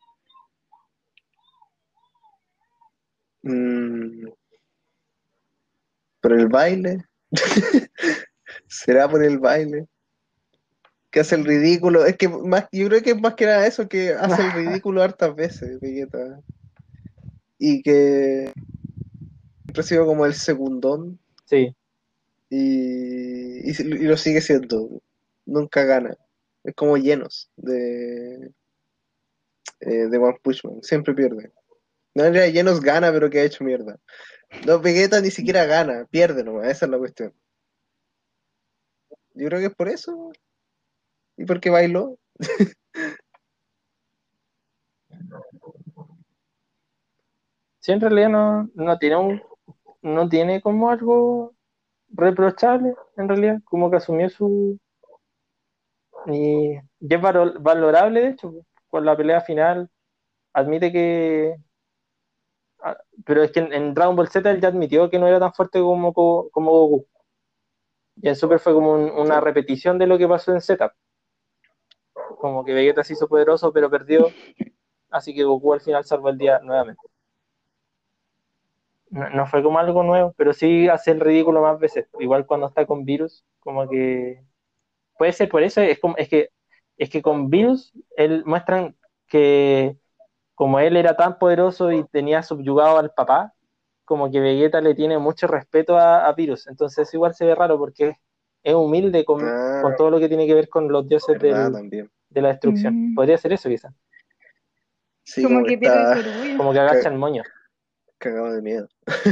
Mm, ¿por el baile? ¿Será por el baile? Que hace el ridículo. Es que más, yo creo que es más que nada eso, que hace el ridículo hartas veces, Vegeta. Y que siempre ha sido como el segundón sí. y, y, y lo sigue siendo. Nunca gana. Es como llenos de, eh, de One Punch Man. Siempre pierde. No, en realidad llenos gana, pero que ha hecho mierda. No, Vegeta ni siquiera gana, pierde nomás, esa es la cuestión. Yo creo que es por eso. ¿Y por qué bailó? Sí, en realidad no, no tiene un, no tiene como algo reprochable, en realidad, como que asumió su... Y, y es valo- valorable, de hecho, con la pelea final, admite que... ah, pero es que en, en Dragon Ball Z él ya admitió que no era tan fuerte como, como, como Goku. Y en Super fue como un- una Sí. repetición de lo que pasó en Z. Como que Vegeta se hizo poderoso, pero perdió, así que Goku al final salvó el día nuevamente. No, no fue como algo nuevo, pero sí hace el ridículo más veces. Igual cuando está con Virus, como que puede ser por eso, es como, es que es que con Virus él muestran que como él era tan poderoso y tenía subyugado al papá, como que Vegeta le tiene mucho respeto a, a Virus. Entonces igual se ve raro porque es, es humilde con, con Ah, todo lo que tiene que ver con los dioses verdad, del, también. de la destrucción. Mm, Podría ser eso quizás, Sí, como como que que pierde su está orgullo. como que agacha ca- el moño. cagado de miedo.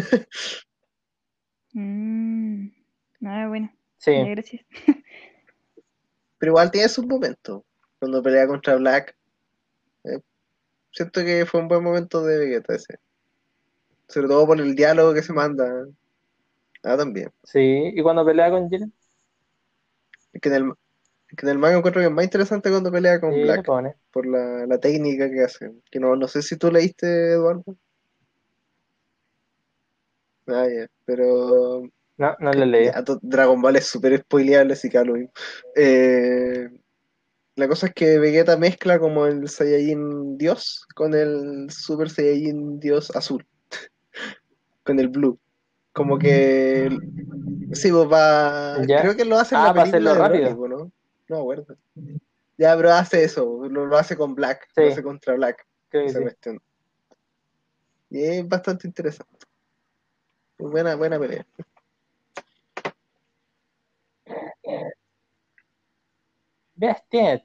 Mm, ah, bueno, Sí, ya gracias. Pero igual tiene sus momentos. Cuando pelea contra Black, eh, siento que fue un buen momento de Vegeta ese. Sobre todo por el diálogo que se manda. Ah, también. sí. Y cuando pelea con Jiren, Es que en el, es que en el manga encuentro que es más interesante cuando pelea con sí, le Black. pone. Por la, la técnica que hace. Que no, no sé si tú leíste, Eduardo. Ah, ya. Pero No, no le leí. ya, to- Dragon Ball es súper spoileable, así que a lo mismo. Eh, la cosa es que Vegeta mezcla como el Saiyajin Dios con el Super Saiyajin Dios azul, con el Blue. Como que sí, pues va. ¿Ya? Creo que lo hace en la Ah, para película hacerlo de Broly, rápido. pues, ¿no? No me acuerdo. Ya, pero hace eso, lo, lo hace con Black, lo Sí, hace contra Black, creo que esa sí. cuestión. Y es bastante interesante. Buena, buena pelea. Bestia.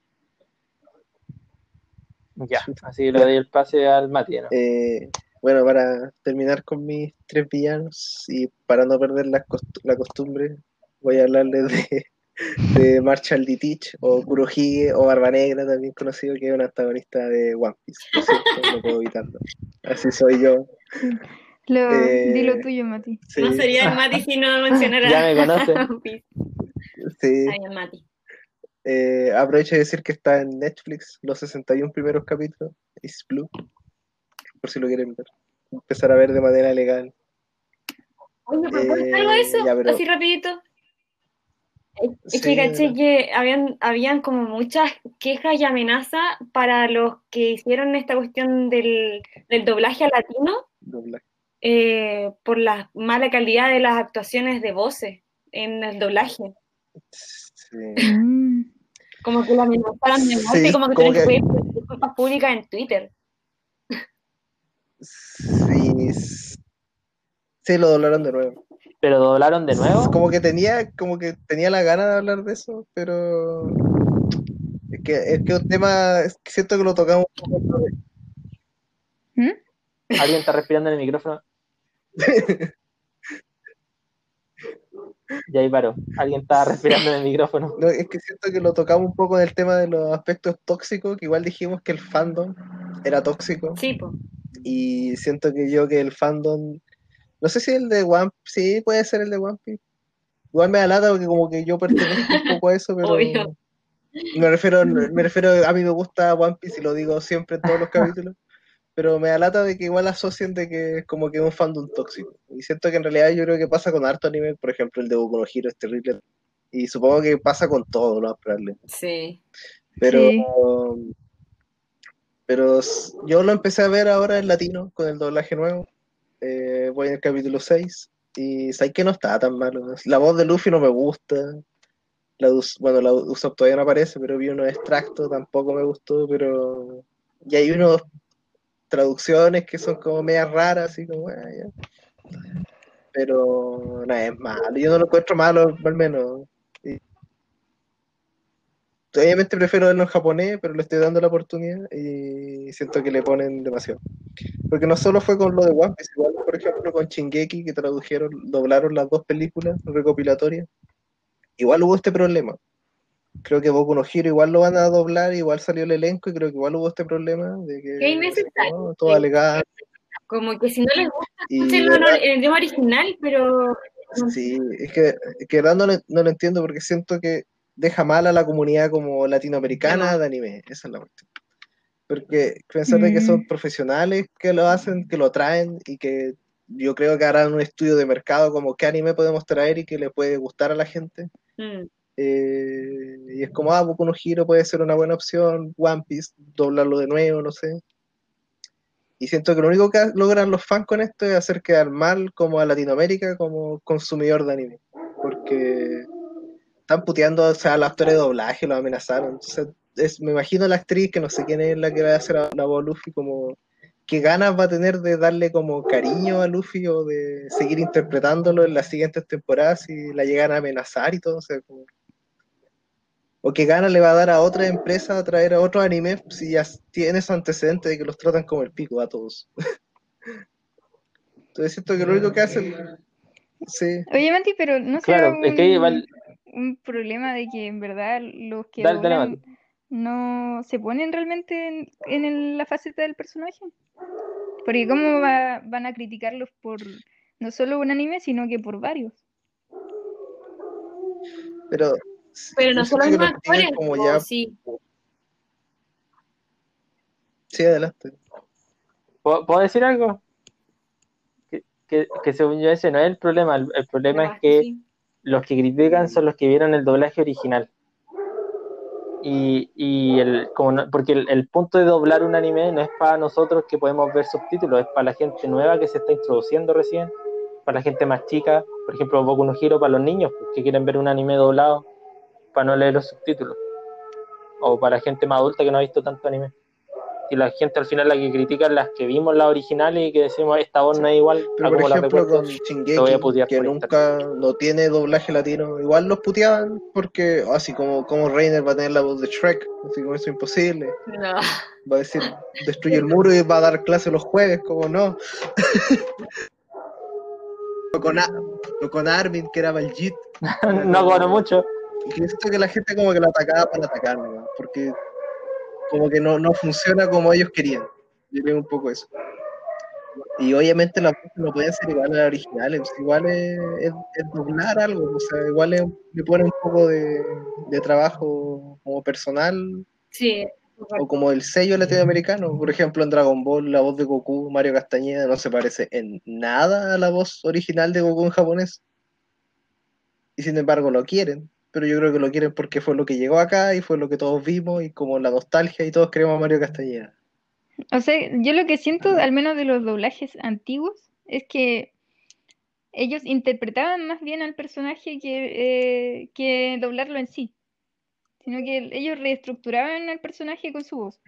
Ya, así le doy el pase al Mati, ¿no? Eh, bueno, para terminar con mis tres villanos y para no perder la, cost- la costumbre, voy a hablarles de, de Marshall D. Teach o Kurohige o Barba Negra, también conocido, que es un antagonista de One Piece. Lo siento, no puedo evitarlo. Así soy yo. Lo, Eh, di lo tuyo, Mati. Sí, No sería el Mati si no mencionara. Ya me conoce. One Piece. sí. Ay, el Mati. Eh, aprovecho de decir que está en Netflix los sesenta y uno primeros capítulos. Is Blue, por si lo quieren ver. Empezar a ver de manera legal. Oye, ¿me puedes Eh, algo de eso? ya, pero- Así rapidito. Es es Sí, que caché adelante. que habían, habían como muchas quejas y amenazas para los que hicieron esta cuestión del, del doblaje al latino Doblaje. eh, por la mala calidad de las actuaciones de voces en el doblaje. Sí. Mm. Como que la amenazaron de muerte Sí, y como que como tienen que que- pedir disculpas públicas en Twitter. Sí, s- sí, lo doblaron de nuevo. Pero doblaron de nuevo. Como que tenía, como que tenía la gana de hablar de eso, pero es que es que un tema, es que siento que lo tocamos un poco otra vez. ¿Mm? Alguien está respirando en el micrófono. Y ahí paró. Alguien estaba respirando en el micrófono. No, es que siento que lo tocamos un poco en el tema de los aspectos tóxicos, que igual dijimos que el fandom era tóxico, Sí, pues. y siento que yo que el fandom, no sé si el de One Piece, sí puede ser el de One Piece. Igual me da lata porque como que yo pertenezco un poco a eso, pero Obvio. me refiero, me refiero, a mí me gusta One Piece y lo digo siempre en todos los capítulos, pero me da lata de que igual asocien de que es como que es un fandom tóxico. Y siento que en realidad yo creo que pasa con harto anime, por ejemplo el de Boku no Hero es terrible, y supongo que pasa con todo, ¿no? Probablemente. Sí. Pero, Sí. pero s- yo lo empecé a ver ahora en latino con el doblaje nuevo. Eh, voy en el capítulo seis y sabes que no está tan malo. La voz de Luffy no me gusta. La de Us- bueno, la de Usopp todavía no aparece, pero vi unos extractos, tampoco me gustó, pero. Y hay unas traducciones que son como medias raras, así como, ah, ya. Pero no es malo. Yo no lo encuentro malo, al menos. Y obviamente prefiero verlo en japonés, pero le estoy dando la oportunidad y siento que le ponen demasiado. Porque no solo fue con lo de One Piece, igual, por ejemplo, con Shingeki, que tradujeron, doblaron las dos películas recopilatorias. Igual hubo este problema. Creo que Boku no Hero igual lo van a doblar, igual salió el elenco y creo que igual hubo este problema de que Qué innecesario. no, todo alegado. Como que si no les gusta, Y escúchenlo de en verdad, en el idioma original, pero sí, es que, es que de verdad no, lo- no lo entiendo porque siento que deja mal a la comunidad como latinoamericana Sí, de anime. Esa es la cuestión. Porque pensar de que son Mm. profesionales que lo hacen, que lo traen y que yo creo que harán un estudio de mercado como qué anime podemos traer y que le puede gustar a la gente. Mm. Eh, y es como, ah, Boku no Hero puede ser una buena opción, One Piece, doblarlo de nuevo, no sé. Y siento que lo único que logran los fans con esto es hacer quedar mal como a Latinoamérica como consumidor de anime. Porque están puteando, o sea, a los actores de doblaje, los amenazaron. Entonces, es, me imagino la actriz, que no sé quién es la que va a hacer a la voz Luffy, como qué ganas va a tener de darle como cariño a Luffy o de seguir interpretándolo en las siguientes temporadas si la llegan a amenazar y todo. O sea, como, o qué ganas le va a dar a otra empresa a traer a otros animes si ya tiene esos antecedentes de que los tratan como el pico a todos. Entonces siento que lo único que hacen, sí, Oye, Mati, pero ¿no será Claro, es que igual. un, un problema de que en verdad los que Dale, dale, doblan Mati. no se ponen realmente en, en el- la faceta del personaje? Porque ¿cómo va- van a criticarlos por no solo un anime, sino que por varios? pero Pero no yo son los siento que lo mismos critican actores, como o ya, sí. sí, adelante. ¿Puedo, puedo decir algo? Que, que, que según yo ese no es el problema. El, el problema es Capaz que que sí. los que critican son los que vieron el doblaje original. Y, y el, como no- porque el, el punto de doblar un anime no es para nosotros que podemos ver subtítulos, es para la gente nueva que se está introduciendo recién, para la gente más chica, por ejemplo, Boku no Hero para los niños pues, que quieren ver un anime doblado para no leer los subtítulos, o para gente más adulta que no ha visto tanto anime. y la gente al final la que critica es las que vimos las originales y que decimos esta voz no es igual Pero a por como la ejemplo recuerdo, con te voy a Shingeki, putear que por internet. nunca no tiene doblaje latino, igual los puteaban porque así como, como Reiner va a tener la voz de Shrek, así como eso es imposible. No. Va a decir, destruye el muro y va a dar clase los jueves, como no. O con, A- o con Armin, que era Baljit. Era No como- cobro mucho. Y que siento que la gente como que lo atacaba para atacar, ¿no? Porque como que no, no funciona como ellos querían. Yo creo un poco eso. Y obviamente las voces no pueden ser iguales a las originales, igual es, es, es doblar algo, o sea, igual es- le pone un poco de, de trabajo como personal Sí, o como el sello latinoamericano. Por ejemplo, en Dragon Ball, la voz de Goku, Mario Castañeda, no se parece en nada a la voz original de Goku en japonés. Y sin embargo lo quieren, pero yo creo que lo quieren porque fue lo que llegó acá y fue lo que todos vimos y como la nostalgia y todos queremos a Mario Castañeda. O sea, yo lo que siento, al menos de los doblajes antiguos, es que ellos interpretaban más bien al personaje que, eh, que doblarlo en sí, sino que el- ellos reestructuraban al personaje con su voz.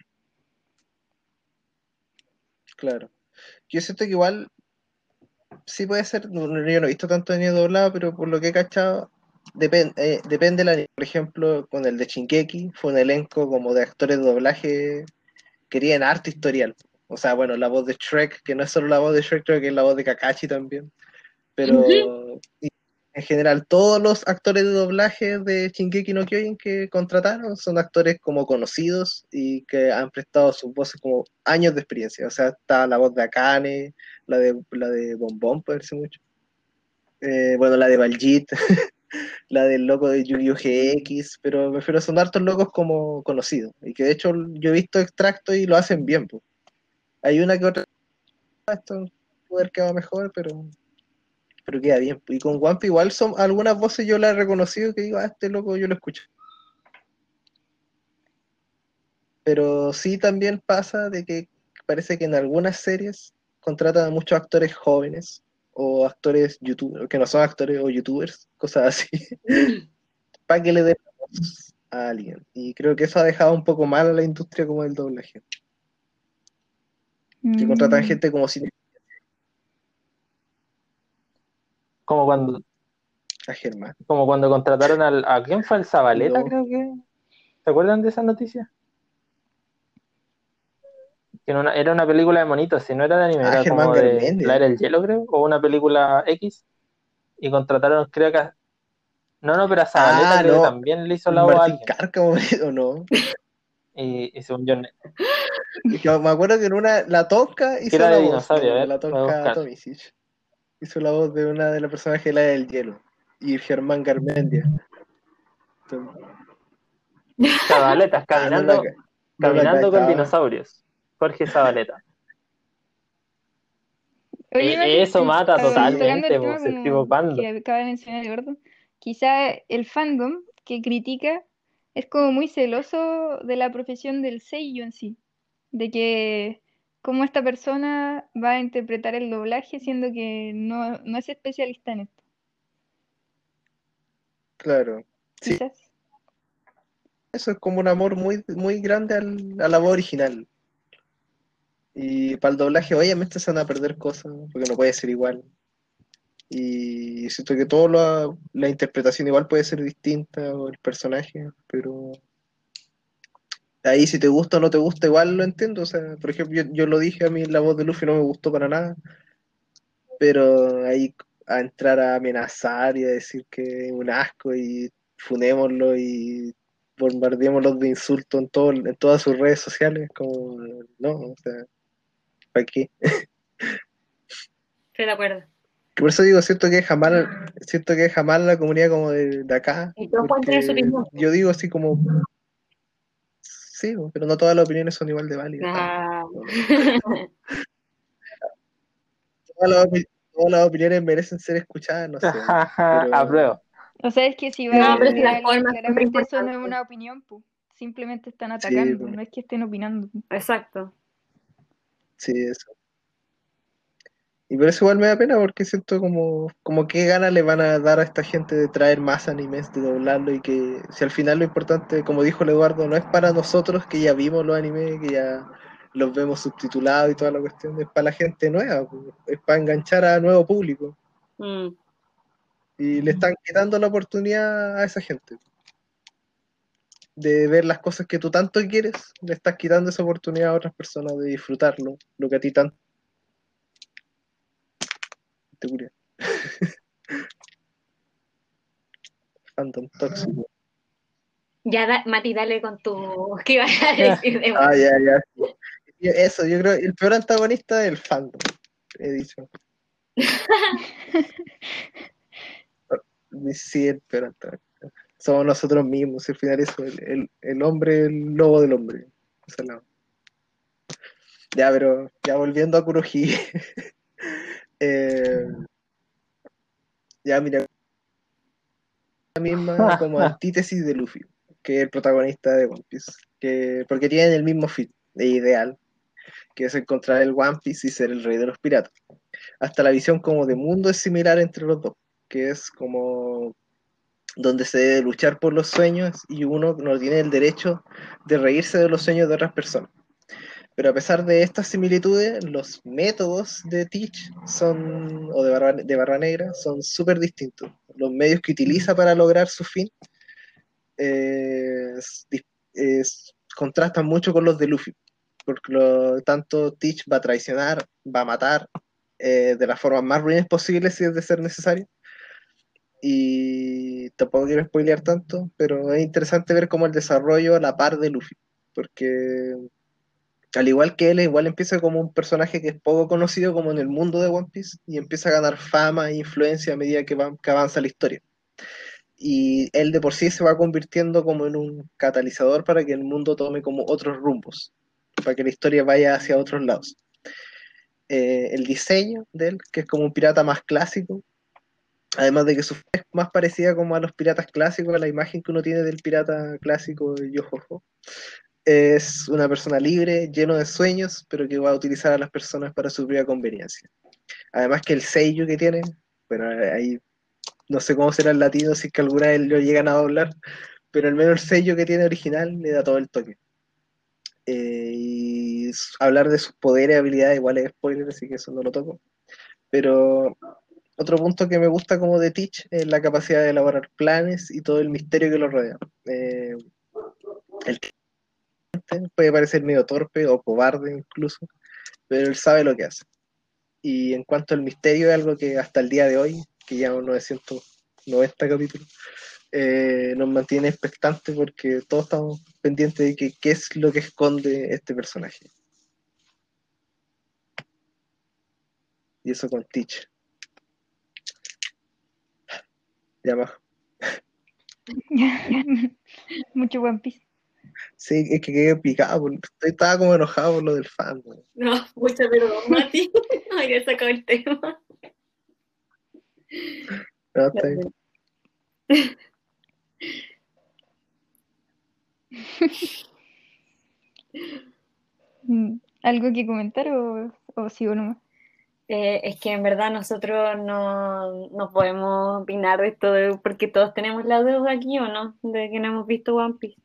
Claro. Yo siento que igual sí puede ser, no- no- yo no he visto tanto anime doblado, pero por lo que he cachado, depen- eh, depende del anime. Por ejemplo, con el de Shingeki, fue un elenco como de actores de doblaje, querían arte historial. O sea, bueno, la voz de Shrek, que no es solo la voz de Shrek, creo que es la voz de Kakashi también. Pero y en general, todos los actores de doblaje de Shingeki no Kyojin que contrataron son actores como conocidos y que han prestado sus voces como años de experiencia. O sea, está la voz de Akane, la de, la de Bombón, puede ser mucho. Eh, bueno, la de Baljit, la del loco de Yu Yu G X, pero me refiero, son hartos locos como conocidos. Y que de hecho yo he visto extractos y lo hacen bien, pues. Hay una que otra, esto poder queda mejor, pero, pero queda bien. Y con Wampi igual son algunas voces yo las he reconocido que digo, ah, este loco yo lo escucho. Pero sí también pasa de que parece que en algunas series contratan a muchos actores jóvenes o actores youtubers, que no son actores o youtubers, cosas así, para que le den voz a alguien. Y creo que eso ha dejado un poco mal a la industria como el doblaje. Que contratan Mm. gente como cine Como cuando, a Germán. como cuando contrataron al, ¿a quién fue? El Zabaleta, No. creo que. ¿Se acuerdan de esa noticia? Que era una, era una película de monitos, si no era de anime, Ah, era Germán como de la Garmendia. era del hielo, creo, o una película X, y contrataron, creo que a- no, no, pero a Zabaleta Ah, creo que no. también le hizo la voz a Martín alguien. Cárcamo, ¿o no? Y, y según yo, Es que me acuerdo que en una, la Tonka que hizo era la de voz, dinosaurio, a la, ver, la voy a Tonka buscar. Tomisic. Hizo la voz de una de las personajes de la era del hielo. Y Germán Garmendia. Zabaletas, Ah, no la, caminando, no la caminando con cachaba. dinosaurios. Jorge Zabaleta. Oye, E- Mati, eso mata ah, Sí, tocando el totalmente, tema pues, el tipo como cuando. que acaba de mencionar Eduardo, quizá el fandom que critica es como muy celoso de la profesión del seiyuu en sí, de que cómo esta persona va a interpretar el doblaje siendo que no, no es especialista en esto, claro. Sí, quizás. eso es como un amor muy, muy grande al, a la voz original. Y para el doblaje, obviamente se van a perder cosas, porque no puede ser igual. Y siento que toda la, la interpretación igual puede ser distinta, o el personaje, pero ahí si te gusta o no te gusta, igual lo entiendo. O sea, por ejemplo, yo, yo lo dije, a mí la voz de Luffy no me gustó para nada, pero ahí a entrar a amenazar y a decir que es un asco y funémoslo y bombardeémoslo de insultos en, todo, en todas sus redes sociales, como, no, o sea, ¿para qué? estoy de acuerdo. Que por eso digo, siento que jamás, siento que jamás la comunidad como de, de acá, Y todos pueden tener su porque opinión. yo digo así como, sí, pero no todas las opiniones son igual de válidas. Ah. Todas las, opi- todas las opiniones merecen ser escuchadas, no sé, pero Apruebo. O sea, es que si va No, a pero si decir las a alguien, formas son claramente eso no es importantes. una opinión, pues. Simplemente están sí, atacando, pues, no es que estén opinando. Exacto. sí, eso. Y por eso igual me da pena porque siento como, como qué ganas le van a dar a esta gente de traer más animes, de doblarlo y que si al final lo importante, como dijo el Eduardo, no es para nosotros que ya vimos los animes, que ya los vemos subtitulados y toda la cuestión, es para la gente nueva, pues, es para enganchar a nuevo público. Mm. Y le están quitando la oportunidad a esa gente de ver las cosas que tú tanto quieres, le estás quitando esa oportunidad a otras personas de disfrutarlo, lo que a ti tanto te curia. Fandom tóxico. Ya, da- Mati, dale con tu... ¿Qué ibas a decir de Ah, ya, ya. Y eso, yo creo el peor antagonista es el fandom, he dicho. Sí, el peor antagonista. Somos nosotros mismos, al final eso, el, el, el hombre, el lobo del hombre. Esa es la- Ya, pero ya volviendo a Kurohige. eh, ya, mira, la misma como antítesis de Luffy, que es el protagonista de One Piece. Que, porque tienen el mismo fit, de ideal, que es encontrar el One Piece y ser el rey de los piratas. Hasta la visión como de mundo es similar entre los dos, que es como donde se debe luchar por los sueños y uno no tiene el derecho de reírse de los sueños de otras personas. Pero a pesar de estas similitudes, los métodos de Teach son, o de Barra, de Barra Negra son súper distintos. Los medios que utiliza para lograr su fin eh, es, es, contrastan mucho con los de Luffy, porque lo, tanto Teach va a traicionar, va a matar eh, de las formas más ruines posibles si es de ser necesario. Y tampoco quiero spoilear tanto, pero es interesante ver cómo el desarrollo a la par de Luffy, porque al igual que él, igual empieza como un personaje que es poco conocido como en el mundo de One Piece y empieza a ganar fama e influencia a medida que, va, que avanza la historia. Y él de por sí se va convirtiendo como en un catalizador para que el mundo tome como otros rumbos, para que la historia vaya hacia otros lados. Eh, el diseño de él, que es como un pirata más clásico, además de que su es más parecida como a los piratas clásicos, a la imagen que uno tiene del pirata clásico Yojojo. Es una persona libre, lleno de sueños, pero que va a utilizar a las personas para su propia conveniencia. Además que el sello que tiene, bueno, ahí no sé cómo será el latino, si es que alguna vez lo llegan a doblar, pero al menos el sello que tiene original le da todo el toque. Eh, y hablar de sus poderes, y habilidades, igual es spoiler, así que eso no lo toco. Pero otro punto que me gusta como de Teach es la capacidad de elaborar planes y todo el misterio que lo rodea. Eh, el puede parecer medio torpe o cobarde incluso, pero él sabe lo que hace. Y en cuanto al misterio, es algo que hasta el día de hoy, que ya novecientos noventa capítulos, eh, nos mantiene expectantes porque todos estamos pendientes de que, qué es lo que esconde este personaje. Y eso con Teach. Ya más. Mucho One Piece. Sí, es que quedé picado. Por, estaba como enojado por lo del fan. ¿No? No, mucha perdón, Mati. Había sacado el tema. No, está bien. ¿Algo que comentar o, o sigo nomás? Eh, es que en verdad nosotros no, no podemos opinar de esto de- porque todos tenemos la deuda aquí, ¿o no? De que no hemos visto One Piece.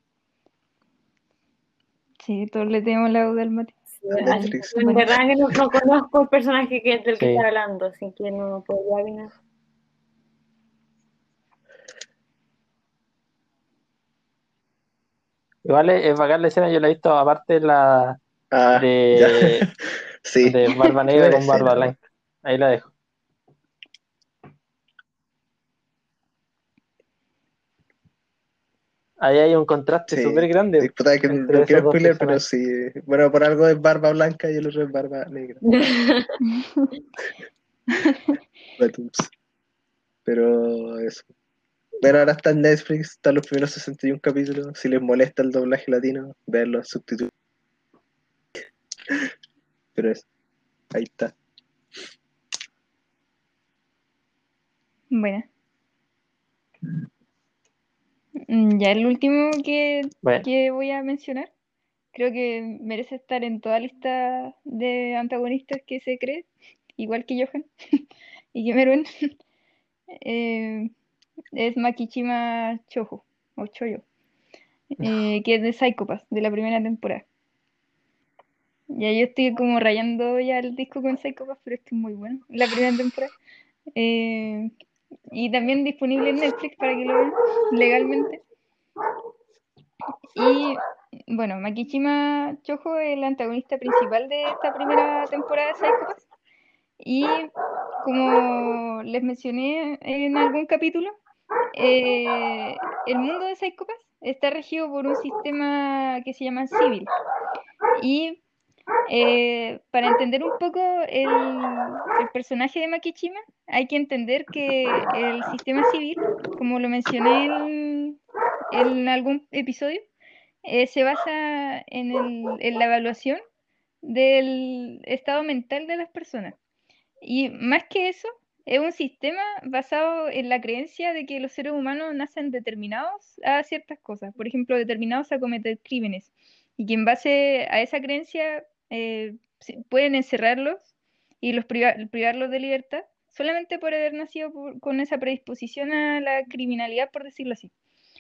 Sí, todos le tenemos la duda al Mati. Sí, A así- Netflix. en Bueno, verdad que no, no conozco el personaje que, del que Sí. está hablando, así que no podría opinar. Igual es, es bacán la escena, yo la he visto aparte la Ah, ya. de, Sí. de Barba Qué Negra buena con Barba escena, ¿no? Blanca. Ahí la dejo. Ahí hay un contraste Sí. súper grande Disputada que entre no esos quiero dos spoiler, pero personajes. sí. Bueno, por algo es barba blanca y el otro es barba negra. Batums. Pero eso. Bueno, ahora está en Netflix, están los primeros sesenta y uno capítulos. Si les molesta el doblaje latino, verlo en subtítulos. Pero eso, ahí está. bueno. Mm, Ya el último que, Bueno, que voy a mencionar, creo que merece estar en toda lista de antagonistas que se cree, igual que Johan y que Meruem, eh, es Makishima Chojo, o Choyo, eh, que es de Psycho Pass, de la primera temporada. Ya yo estoy como rayando ya el disco con Psycho Pass, pero es que es muy bueno, la primera temporada. Eh, y también disponible en Netflix para que lo vean legalmente. Y bueno, Makishima Chojo es el antagonista principal de esta primera temporada de Psycho Pass. Y como les mencioné en algún capítulo, eh, el mundo de Psycho Pass está regido por un sistema que se llama civil. Y eh, para entender un poco el, el personaje de Makishima, hay que entender que el sistema civil, como lo mencioné en, en algún episodio, eh, se basa en, el- en la evaluación del estado mental de las personas. Y más que eso, es un sistema basado en la creencia de que los seres humanos nacen determinados a ciertas cosas, por ejemplo, determinados a cometer crímenes, y que en base a esa creencia eh, se- pueden encerrarlos y los priva- privarlos de libertad solamente por haber nacido por- con esa predisposición a la criminalidad, por decirlo así.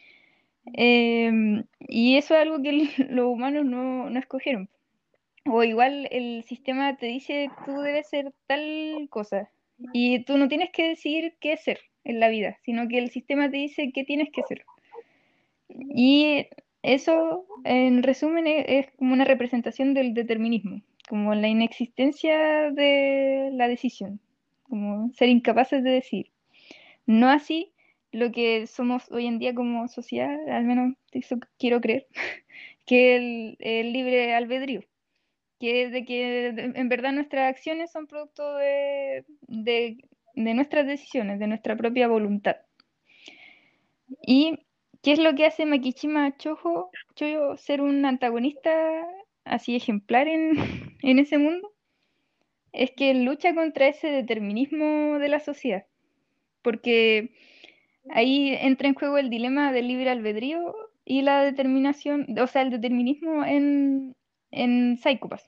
Em, y eso es algo que el- los humanos no, no escogieron. O igual el sistema te dice tú debes ser tal cosa y tú no tienes que decidir qué ser en la vida, sino que el sistema te dice qué tienes que ser. Y eso, en resumen, e- es como una representación del determinismo, como la inexistencia de la decisión, como ser incapaces de decidir. No así lo que somos hoy en día como sociedad, al menos eso quiero creer, que el, el libre albedrío, que es de que de- en verdad nuestras acciones son producto de, de, de nuestras decisiones, de nuestra propia voluntad. ¿Y qué es lo que hace Makishima Chojo, Choyo ser un antagonista así ejemplar en, en ese mundo? Es que él lucha contra ese determinismo de la sociedad, porque ahí entra en juego el dilema del libre albedrío y la determinación, o sea, el determinismo en, en Psycho Pass.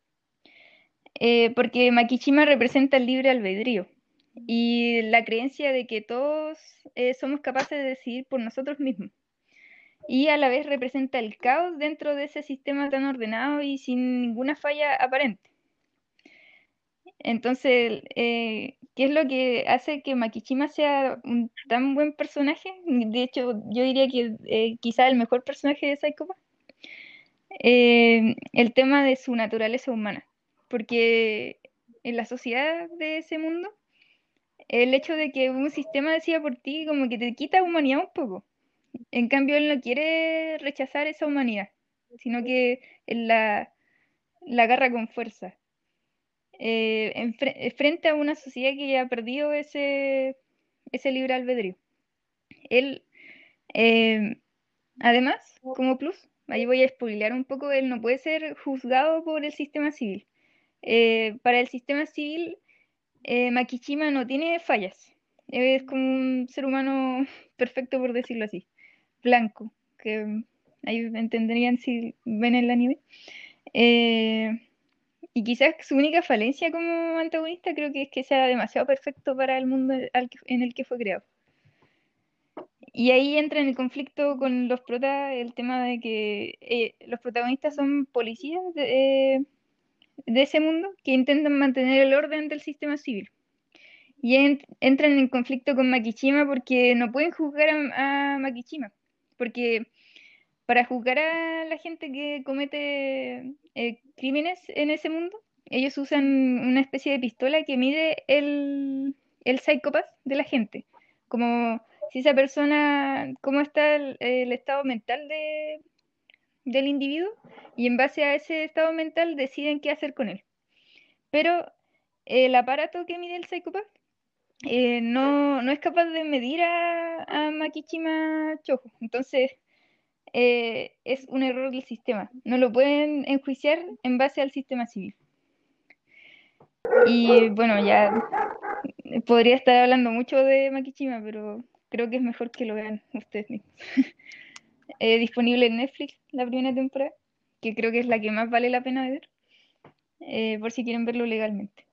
Eh, porque Makishima representa el libre albedrío y la creencia de que todos eh, somos capaces de decidir por nosotros mismos. Y a la vez representa el caos dentro de ese sistema tan ordenado y sin ninguna falla aparente. Entonces, eh, ¿qué es lo que hace que Makishima sea un tan buen personaje? De hecho, yo diría que eh, quizá el mejor personaje de Psycho Pass. Eh, el tema de su naturaleza humana. Porque en la sociedad de ese mundo, el hecho de que un sistema decida por ti como que te quita humanidad un poco. En cambio, él no quiere rechazar esa humanidad, sino que él la, la agarra con fuerza. Eh, en fre- frente a una sociedad que ya ha perdido ese, ese libre albedrío. Él, eh, además, como plus, ahí voy a spoilear un poco, él no puede ser juzgado por el sistema civil. Eh, para el sistema civil, eh, Makishima no tiene fallas. Es como un ser humano perfecto, por decirlo así. Blanco, que mm, ahí entenderían si ven el anime. Eh, y quizás su única falencia como antagonista creo que es que sea demasiado perfecto para el mundo al que- en el que fue creado. Y ahí entra en el conflicto con los protas el tema de que eh, los protagonistas son policías de, eh, de ese mundo que intentan mantener el orden del sistema civil. Y en- entran en conflicto con Makishima porque no pueden juzgar a, a Makishima. Porque para juzgar a la gente que comete eh, crímenes en ese mundo, ellos usan una especie de pistola que mide el, el psicópata de la gente. Como si esa persona, cómo está el, el estado mental de, del individuo, y en base a ese estado mental deciden qué hacer con él. Pero el aparato que mide el psicópata eh, no, no es capaz de medir a, a Makishima Chojo. Entonces, eh, es un error del sistema. No lo pueden enjuiciar en base al sistema civil. Y bueno, ya podría estar hablando mucho de Makishima, pero creo que es mejor que lo vean ustedes mismos. Eh, disponible en Netflix la primera temporada, que creo que es la que más vale la pena de ver, eh, por si quieren verlo legalmente.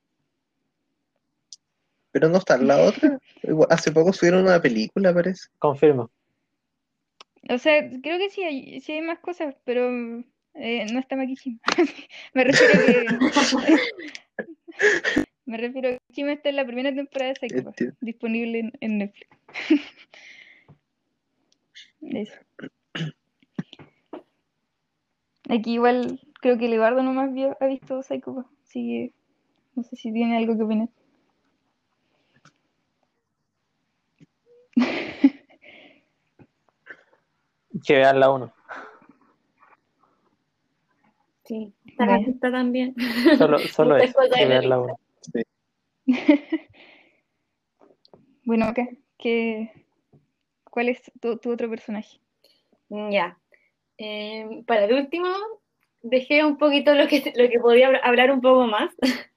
Pero no está en la otra. Igual, hace poco subieron una película, parece. Confirmo. O sea, creo que sí hay, sí hay más cosas, pero Eh, no está Makishima. Me refiero a que. Me refiero a que Makishima está en la primera temporada de Psycho Pass, Entiendo. disponible en, en Netflix. Eso. Aquí igual creo que Leonardo nomás vio- ha visto Psycho Pass, así que no sé si tiene algo que opinar. Que vean la uno. Sí, está Bueno. está también. Solo, solo Muchas eso, cosas que en la vean la lista. uno. Bueno, acá, ¿qué, ¿cuál es tu, tu otro personaje? Ya. Eh, para el último, dejé un poquito lo que, lo que podía hab- hablar un poco más.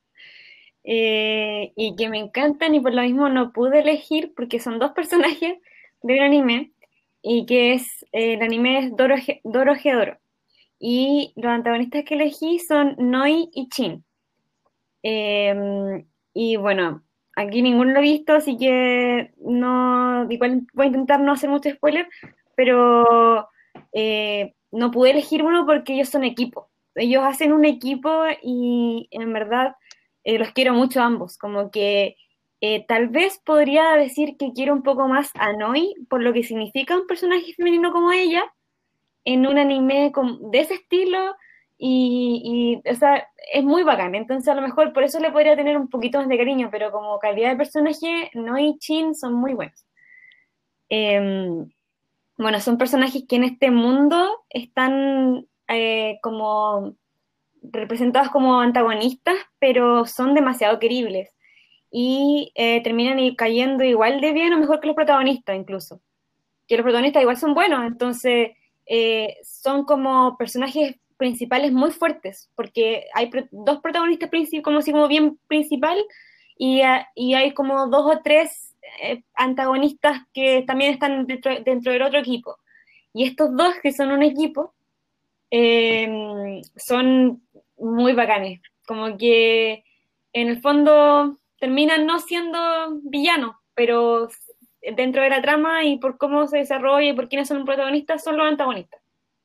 Eh, y que me encantan y por lo mismo no pude elegir porque son dos personajes de un anime y que es, eh, el anime es Doroge- Dorohedoro. Y los antagonistas que elegí son Noi y Chin. Eh, y bueno, aquí ninguno lo he visto, así que no, igual voy a intentar no hacer mucho spoiler, pero eh, no pude elegir uno porque ellos son equipo. Ellos hacen un equipo y en verdad eh, los quiero mucho a ambos. Como que eh, tal vez podría decir que quiero un poco más a Noi por lo que significa un personaje femenino como ella en un anime con- de ese estilo y, y, o sea, es muy bacán. Entonces, a lo mejor por eso le podría tener un poquito más de cariño, pero como calidad de personaje, Noi y Chin son muy buenos. Eh, bueno, son personajes que en este mundo están eh, como representados como antagonistas, pero son demasiado queribles y eh, terminan y cayendo igual de bien o mejor que los protagonistas incluso. Que los protagonistas igual son buenos, entonces eh, son como personajes principales muy fuertes, porque hay pro- dos protagonistas princip- como así como bien principal y, ah, y hay como dos o tres eh, antagonistas que también están dentro, dentro del otro equipo. Y estos dos, que son un equipo, eh, son muy bacanes, como que en el fondo terminan no siendo villanos, pero dentro de la trama y por cómo se desarrolla y por quiénes son los protagonistas, son los antagonistas.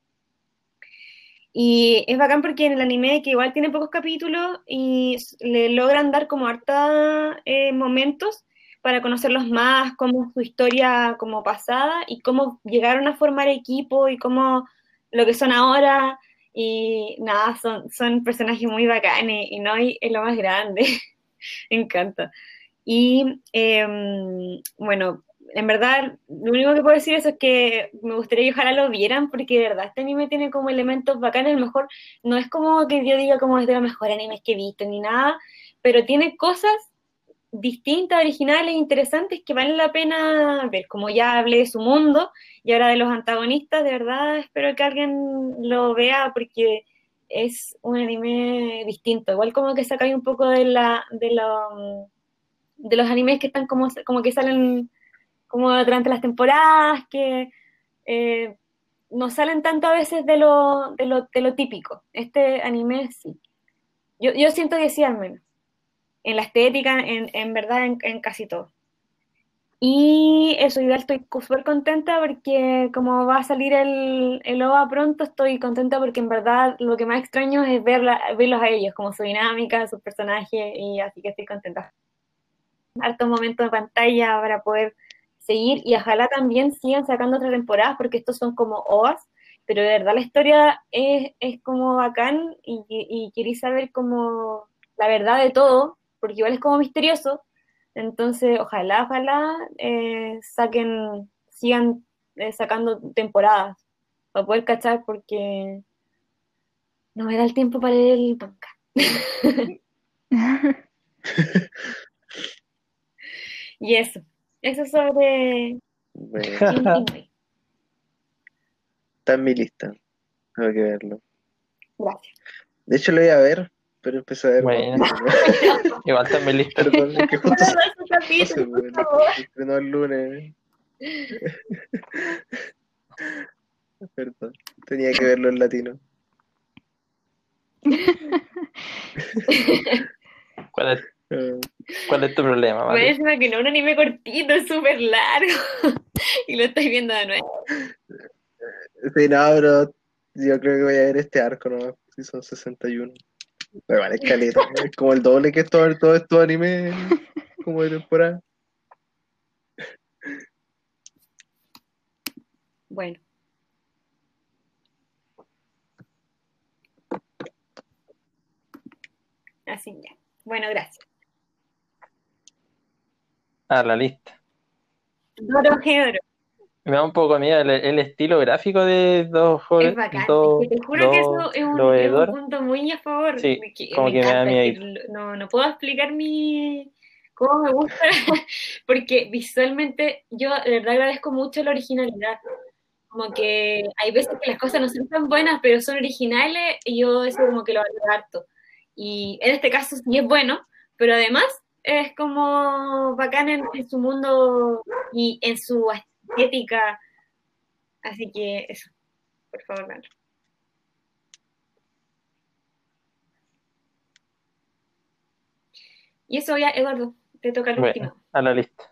Y es bacán porque en el anime, que igual tiene pocos capítulos, y le logran dar como harta eh, momentos para conocerlos más, cómo su historia como pasada y cómo llegaron a formar equipo y cómo lo que son ahora. Y nada, son, son personajes muy bacanes y Noi es lo más grande. Me encanta. Y eh, bueno, en verdad, lo único que puedo decir eso es que me gustaría que ojalá lo vieran, porque de verdad este anime tiene como elementos bacanes. A lo mejor no es como que yo diga como es de los mejores animes que he visto ni nada, pero tiene cosas distintas, originales, interesantes que valen la pena ver. Como ya hablé de su mundo y ahora de los antagonistas, de verdad espero que alguien lo vea porque es un anime distinto. Igual como que saca ahí un poco de la, de la de los animes que están como, como que salen como durante las temporadas, que eh, no salen tanto a veces de lo, de lo, de lo típico. Este anime sí. Yo, yo siento que sí, al menos. En la estética, en, en verdad, en, en casi todo. Y eso, igual estoy súper contenta porque como va a salir el, el O V A pronto, estoy contenta porque en verdad lo que más extraño es verla, verlos a ellos, como su dinámica, sus personajes, y así que estoy contenta. Hartos momentos de pantalla para poder seguir y ojalá también sigan sacando otras temporadas porque estos son como O V As, pero de verdad la historia es, es como bacán y, y queréis saber como la verdad de todo, porque igual es como misterioso, entonces ojalá, ojalá eh, saquen, sigan eh, sacando temporadas para poder cachar porque no me da el tiempo para leer el manga. Y eso, eso sobre Bueno, Jin y Noi. está en mi lista. Tengo que verlo. Gracias. De hecho, lo iba a ver, pero empecé a ver One Bueno, Piece, ¿no? igual también listo. Perdón, es que justo se, Solo dos no sé, capítulos, por pues, favor. se estrenó el lunes. Perdón, tenía que verlo en latino. ¿Cuál es, Ah, cuál es tu problema, Me Mati? parece que no, un anime cortito, es súper largo. Y lo estoy viendo de nuevo. sí, no, pero Yo creo que voy a ver este arco nomás, si son sesenta y uno. Me vale escaleta, es como el doble que todo, todo estos animes como de temporada. Bueno. Así ya. Bueno, gracias. A la lista. Dorohedoro. Me da un poco de miedo el, el estilo gráfico de dos Es jóvenes, bacán. Es dos, que te juro que dos, eso es un, dos es un Edora. punto muy a favor. Sí, de que como me que me da encanta. Es que miedo. no, no puedo explicar mi cómo me gusta, porque visualmente yo de verdad agradezco mucho la originalidad. Como que hay veces que las cosas no son tan buenas, pero son originales, y yo eso como que lo valoro harto. Y en este caso sí es bueno, pero además es como bacán en, en su mundo y en su estética. Así que eso, por favor, Leandro. Y eso ya, Eduardo, te toca el Bueno, último. a la lista.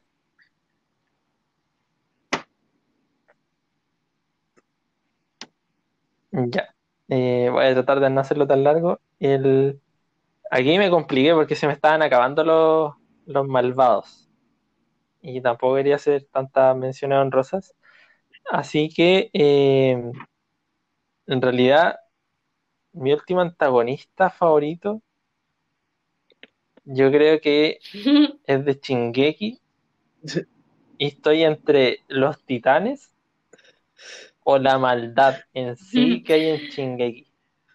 Ya. Eh, voy a tratar de no hacerlo tan largo. El... Aquí me compliqué porque se me estaban acabando los, los malvados. Y tampoco quería hacer tantas menciones honrosas. Así que, eh, en realidad, mi último antagonista favorito, yo creo que es de Shingeki. Y estoy entre los titanes o la maldad en sí que hay en Shingeki.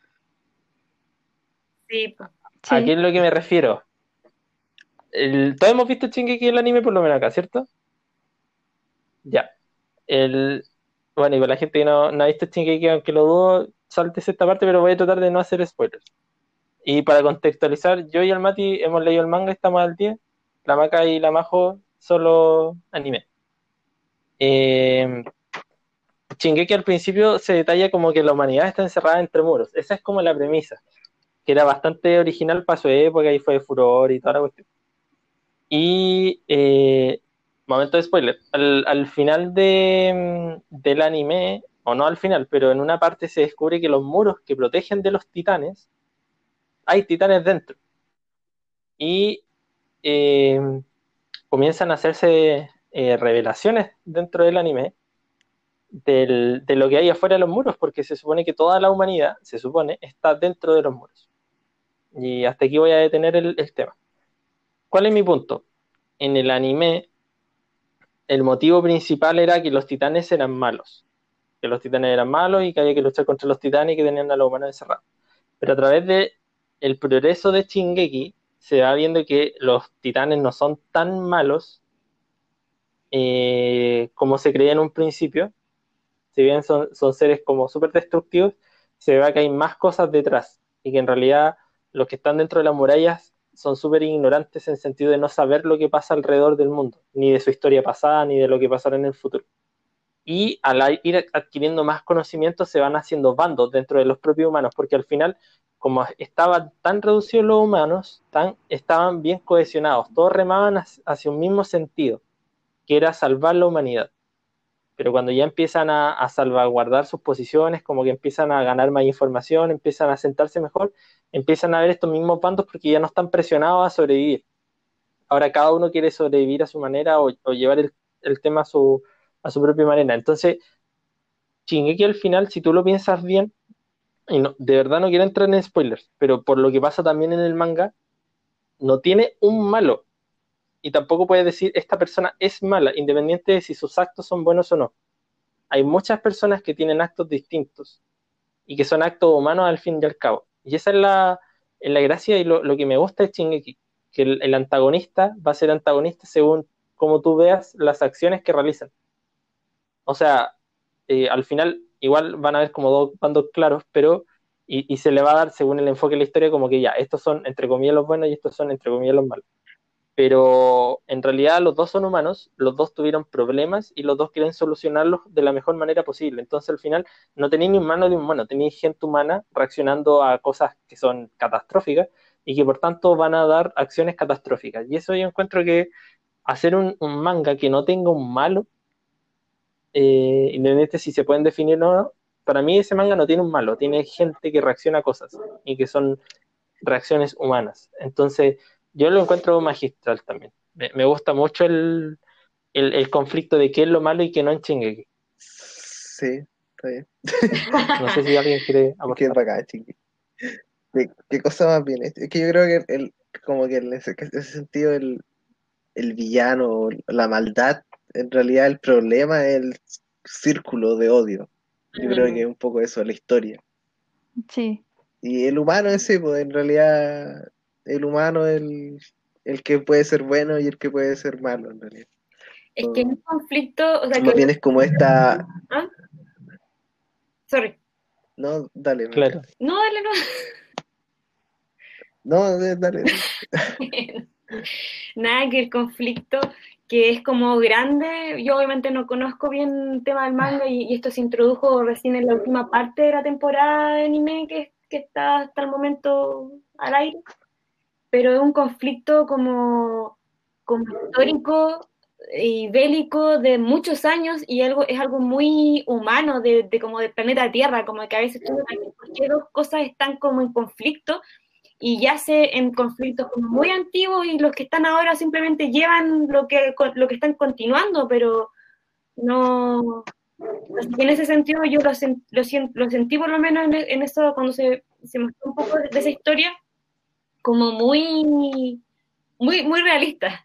Sí, pues. ¿A qué Sí, es lo que me refiero? El, todos hemos visto Shingeki el anime por lo menos acá, ¿cierto? Ya. El, bueno, y para la gente que no, no ha visto Shingeki, aunque lo dudo, saltes esta parte, pero voy a tratar de no hacer spoilers. Y para contextualizar, yo y el Mati hemos leído el manga, estamos al día. La Maca y la Majo solo anime. Eh, Shingeki al principio se detalla como que la humanidad está encerrada entre muros. Esa es como la premisa, que era bastante original para su época y fue de furor y toda la cuestión. Y, eh, momento de spoiler, al, al final de, del anime, o no al final, pero en una parte se descubre que los muros que protegen de los titanes, hay titanes dentro. Y eh, comienzan a hacerse eh, revelaciones dentro del anime del, de lo que hay afuera de los muros, porque se supone que toda la humanidad, se supone, está dentro de los muros. Y hasta aquí voy a detener el, el tema. ¿Cuál es mi punto? En el anime, el motivo principal era que los titanes eran malos. Que los titanes eran malos y que había que luchar contra los titanes y que tenían a los humanos encerrados. Pero a través de el progreso de Shingeki, se va viendo que los titanes no son tan malos eh, como se creía en un principio. Si bien son, son seres como súper destructivos, se ve que hay más cosas detrás y que en realidad los que están dentro de las murallas son súper ignorantes en el sentido de no saber lo que pasa alrededor del mundo, ni de su historia pasada, ni de lo que pasará en el futuro. Y al ir adquiriendo más conocimientos se van haciendo bandos dentro de los propios humanos, porque al final, como estaban tan reducidos los humanos, tan, estaban bien cohesionados, todos remaban hacia un mismo sentido, que era salvar la humanidad. Pero cuando ya empiezan a, a salvaguardar sus posiciones, como que empiezan a ganar más información, empiezan a sentarse mejor, empiezan a ver estos mismos bandos porque ya no están presionados a sobrevivir. Ahora cada uno quiere sobrevivir a su manera o, o llevar el, el tema a su, a su propia manera. Entonces, Shingeki al final, si tú lo piensas bien, y no, de verdad no quiero entrar en spoilers, pero por lo que pasa también en el manga, no tiene un malo. Y tampoco puedes decir, esta persona es mala, independiente de si sus actos son buenos o no. Hay muchas personas que tienen actos distintos y que son actos humanos al fin y al cabo. Y esa es la, es la gracia y lo, lo que me gusta de Shingeki, que el, el antagonista va a ser antagonista según cómo tú veas las acciones que realizan. O sea, eh, al final igual van a haber como dos bandos claros, pero y, y se le va a dar según el enfoque de la historia como que ya, estos son entre comillas los buenos y estos son entre comillas los malos. Pero en realidad los dos son humanos, los dos tuvieron problemas y los dos quieren solucionarlos de la mejor manera posible. Entonces al final no tenéis ni humano ni humano, tenéis gente humana reaccionando a cosas que son catastróficas y que por tanto van a dar acciones catastróficas. Y eso yo encuentro que hacer un, un manga que no tenga un malo, eh, independiente si se pueden definir o no, para mí ese manga no tiene un malo, tiene gente que reacciona a cosas y que son reacciones humanas. Entonces, yo lo encuentro magistral también. Me, me gusta mucho el, el, el conflicto de qué es lo malo y qué no en Shingeki. Sí, está bien. No sé si alguien quiere Qué aportar. bacán, chiqui. ¿Qué, qué cosa más bien? Es que yo creo que el, como que en ese, ese sentido el, el villano, la maldad, en realidad el problema es el círculo de odio. Yo creo que es un poco eso, la historia. Sí. Y el humano ese, pues en realidad, el humano es el, el que puede ser bueno y el que puede ser malo, en realidad. Es que en un conflicto, o sea, Más que... bien es como esta... ¿Ah? Sorry. No, dale, me Claro. No, dale, no. No, dale, dale. Nada, que el conflicto que es como grande, yo obviamente no conozco bien el tema del manga y, y esto se introdujo recién en la última parte de la temporada de anime que, que está hasta el momento al aire, pero es un conflicto como, como histórico y bélico de muchos años y algo, es algo muy humano de, de como del planeta Tierra, como que a veces tú no sabes por qué dos cosas están como en conflicto y yace en conflictos como muy antiguos y los que están ahora simplemente llevan lo que, lo que están continuando, pero no... Así que en ese sentido yo lo, sen, lo, lo sentí por lo menos en, en eso cuando se, se mostró un poco de, de esa historia como muy, muy, muy realista.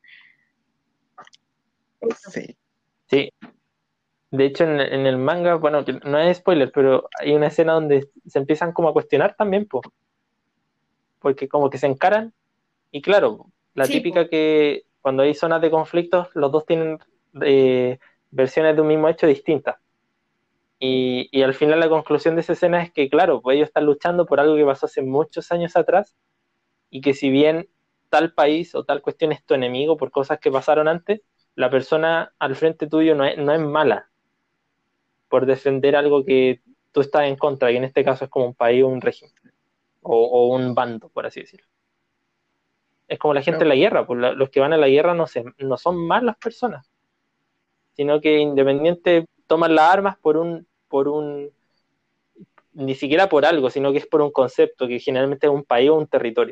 Sí. Sí. De hecho, en, en el manga, bueno, que no es spoiler, pero hay una escena donde se empiezan como a cuestionar también, po, porque como que se encaran, y claro, la Sí, típica po. que cuando hay zonas de conflictos, los dos tienen eh, versiones de un mismo hecho distintas. Y, y al final la conclusión de esa escena es que, claro, pues ellos están luchando por algo que pasó hace muchos años atrás, y que si bien tal país o tal cuestión es tu enemigo por cosas que pasaron antes, la persona al frente tuyo no es, no es mala por defender algo que tú estás en contra, y en este caso es como un país o un régimen, o, o un bando, por así decirlo. Es como la gente en No, la guerra, pues la, los que van a la guerra no, se, no son malas personas, sino que independiente toman las armas por un, por un, ni siquiera por algo, sino que es por un concepto, que generalmente es un país o un territorio.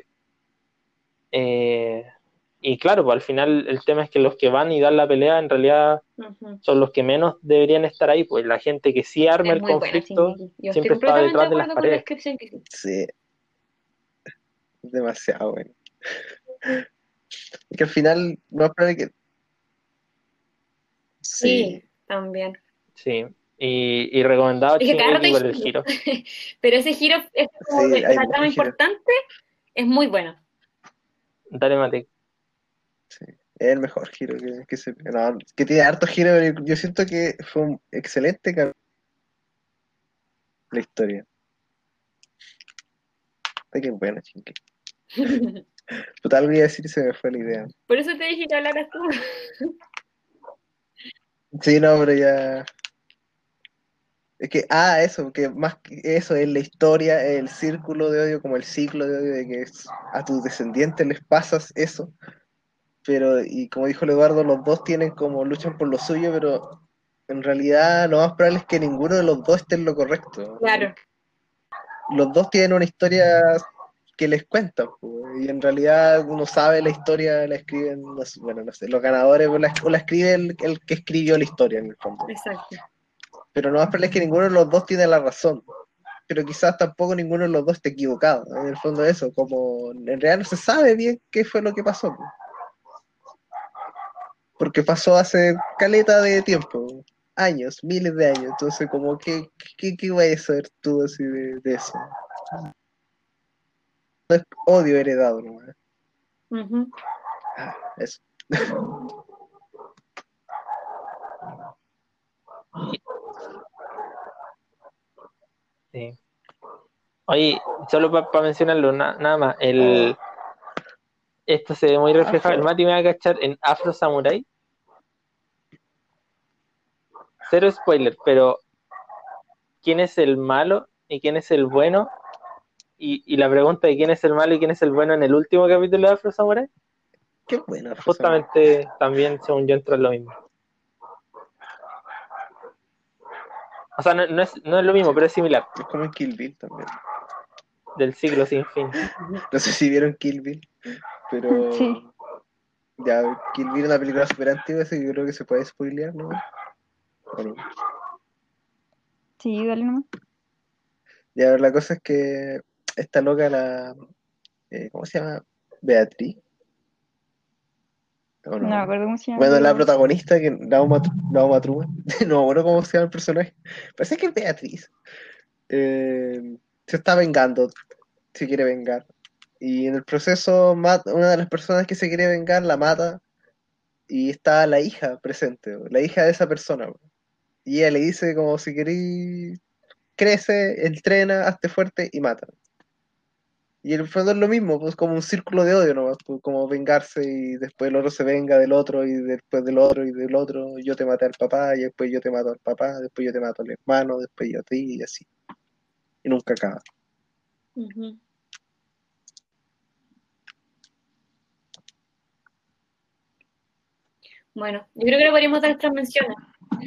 Eh, y claro, pues al final el tema es que los que van y dan la pelea en realidad Uh-huh. son los que menos deberían estar ahí, pues la gente que sí arma Es el muy buena, conflicto Shingeki. Yo estoy siempre está completamente de detrás de las acuerdo con la paredes. descripción que hiciste. sí, es demasiado bueno. Es que al final, no es probable que... Sí, Sí, también. Sí, y, y recomendado Es que cada rato Shingeki hay por el giro, giro. pero ese giro es como sí, de, de hay la trama muchos giros. importante, es muy bueno. Dale, Mate. Sí, es el mejor giro que, que se... No, que tiene hartos giros, pero yo, yo siento que fue un excelente cambio la historia. Ay, qué buena, chingue. Total, voy a decir y se me fue la idea. Por eso te dije que hablaras tú. Sí, no, pero ya... Es que, ah, eso, que más que eso es la historia, el círculo de odio, como el ciclo de odio de que es- a tus descendientes les pasas eso, pero, y como dijo el Eduardo, los dos tienen como luchan por lo suyo, pero en realidad lo más probable es que ninguno de los dos esté en lo correcto. Claro. Los dos tienen una historia que les cuentan, pues, y en realidad uno sabe la historia, la escriben, no sé, bueno, no sé, los ganadores, o la, o la escribe el, el que escribió la historia en el fondo. Exacto. Pero lo más probable es que ninguno de los dos tiene la razón. Pero quizás tampoco ninguno de los dos esté equivocado. En el fondo eso, como en realidad no se sabe bien qué fue lo que pasó. Porque pasó hace caleta de tiempo, años, miles de años. Entonces, como, ¿qué, qué, qué vas a saber tú así de, de eso? No es odio heredado, ¿no? Uh-huh. Ah, eso. Sí. Oye, solo para pa mencionarlo, na, nada más, el, esto se ve muy reflejado. El Mati me va a cachar en Afro Samurai. Cero spoiler, pero ¿quién es el malo y quién es el bueno? Y, y la pregunta de quién es el malo y quién es el bueno en el último capítulo de Afro Samurai, Qué buena, justamente también, según yo, entra en lo mismo. O sea, no, no es, no es lo mismo, pero es similar. Es como en Kill Bill también. Del siglo sin fin. No sé si vieron Kill Bill, pero Sí. ya Kill Bill es una película súper antigua, así que yo creo que se puede spoilear, ¿no? Bueno, Sí, dale nomás. ya ver, la cosa es que esta loca, la eh, ¿cómo se llama? Beatriz, ¿o No me no? acuerdo cómo se llama, Bueno, la pero protagonista, que la Uma, la Uma Truman, no me acuerdo cómo se llama el personaje, parece que es Beatriz. Eh, se está vengando, se quiere vengar. Y en el proceso, mata, una de las personas que se quiere vengar la mata y está la hija presente, la hija de esa persona. Y ella le dice como si querís, crece, entrena, hazte fuerte y mata. Y en el fondo es lo mismo, pues como un círculo de odio nomás, pues, como vengarse y después el otro se venga del otro y después del otro y del otro. Yo te maté al papá y después yo te mato al papá, después yo te mato al hermano, después yo a ti y así. Y nunca acaba. Ujú. Bueno, yo creo que le podríamos dar nuestras menciones.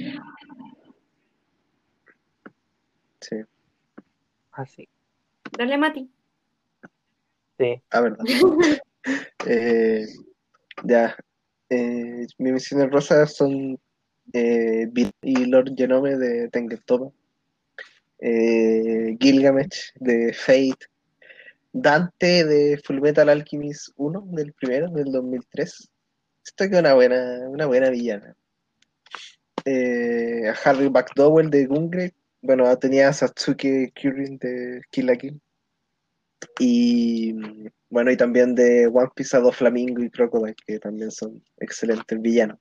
Sí, Así. Dale, Mati. Sí. ah, verdad. Eh, ya, eh, mis misiones rosas son eh, Bill y Lord Genome de Tengen Toppa, eh, Gilgamesh de Fate, Dante de Fullmetal Alchemist uno, del primero, del dos mil tres. Esto que es una buena, una buena villana. Eh, a Harry McDowell de Gungrave. Bueno, tenía a Satsuki Kirin de Kill la Kill. Y bueno, y también de One Piece a Doflamingo y Crocodile, que también son excelentes villanos.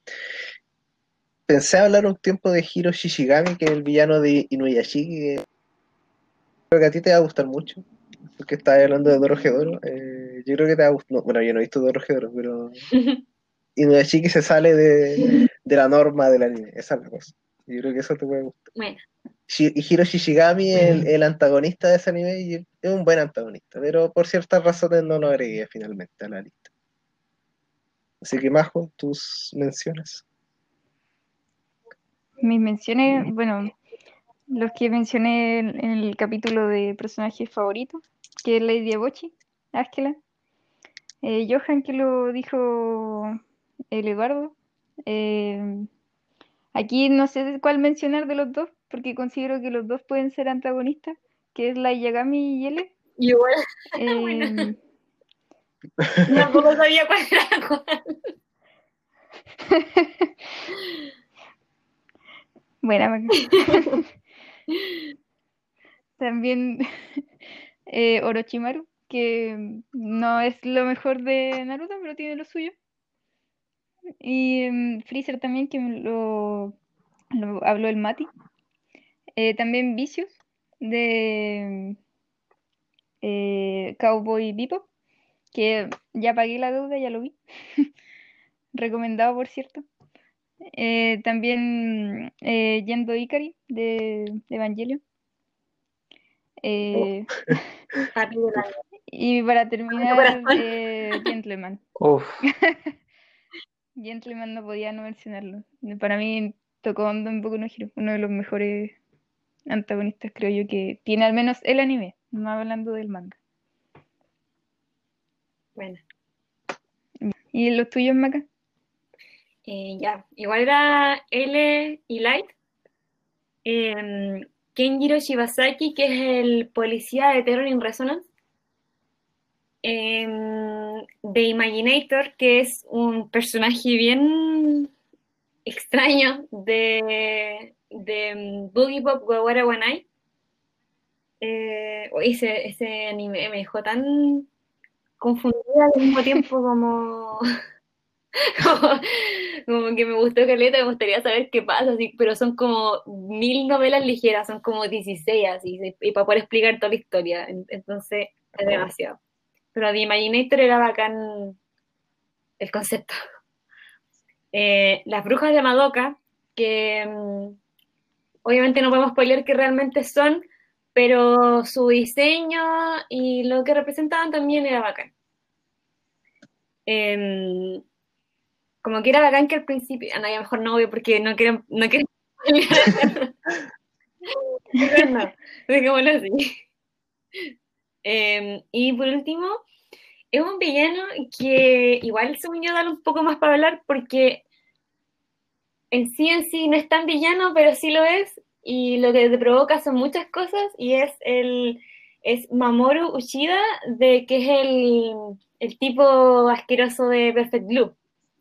Pensé hablar un tiempo de Hiro Shishigami, que es el villano de Inuyashiki, que creo que a ti te va a gustar mucho, porque estás hablando de Dorohedoro. Eh, yo creo que te va a gustar. No, bueno, yo no he visto Dorohedoro, pero Inuyashiki se sale de, de la norma del anime, esa es la cosa. Yo creo que eso te puede gustar. Bueno, Shi- Hiro Shishigami es el, el antagonista de ese anime y es un buen antagonista, pero por ciertas razones no lo agregué finalmente a la lista. Así que, Majo, tus menciones. mis menciones, bueno, los que mencioné en en el capítulo de personajes favoritos, que es Lady Ebochi, Ángela, eh, Johan, que lo dijo el Eduardo. eh, Aquí no sé cuál mencionar de los dos, porque considero que los dos pueden ser antagonistas, que es la Yagami y L. igual, bueno, Eh, tampoco sabía cuál era cuál. Buena, Maca. También eh, Orochimaru, que no es lo mejor de Naruto, pero tiene lo suyo. Y mm, Freezer también, que me lo, lo habló el Mati. Eh, también Vicious, de eh, Cowboy Bebop, que ya pagué la deuda, ya lo vi. Recomendado, por cierto. Eh, también eh, Yendo Ikari, de, de Evangelion. Oh, Eh, Papi de la y para de mi terminar, corazón. eh, Gentleman. Uf. Gentleman no podía no mencionarlo. Para mí tocó hondo en Boku no Hero, uno de los mejores antagonistas, creo yo, que tiene al menos el anime, no hablando del manga. Bueno, ¿Y los tuyos, Maca? eh, ya. Igual era L y Light. Eh, Kenjiro Shibasaki, que es el policía de Terror in Resonance. Eh, de Imaginator, que es un personaje bien extraño de, de Boogie Pop Wawara Wanai. Eh, oh, ese, ese anime me dejó tan confundida al mismo tiempo como, como, como que me gustó caleta, me gustaría saber qué pasa, así, pero son como mil novelas ligeras, son como dieciséis así, y para poder explicar toda la historia, en- entonces es demasiado. Pero The Imaginator era bacán el concepto. Eh, las brujas de Madoka, que mm, obviamente no podemos spoiler qué realmente son, pero su diseño y lo que representaban también era bacán. Eh, como que era bacán que al principio, ah, no, ya mejor no obvio porque no quiero, no quiero Pero no, dejémoslo así. Eh, y por último, es un villano que igual según yo da un poco más para hablar porque en sí en sí no es tan villano, pero sí lo es, y lo que te provoca son muchas cosas, y es el es Mamoru Uchida, de que es el, el tipo asqueroso de Perfect Blue.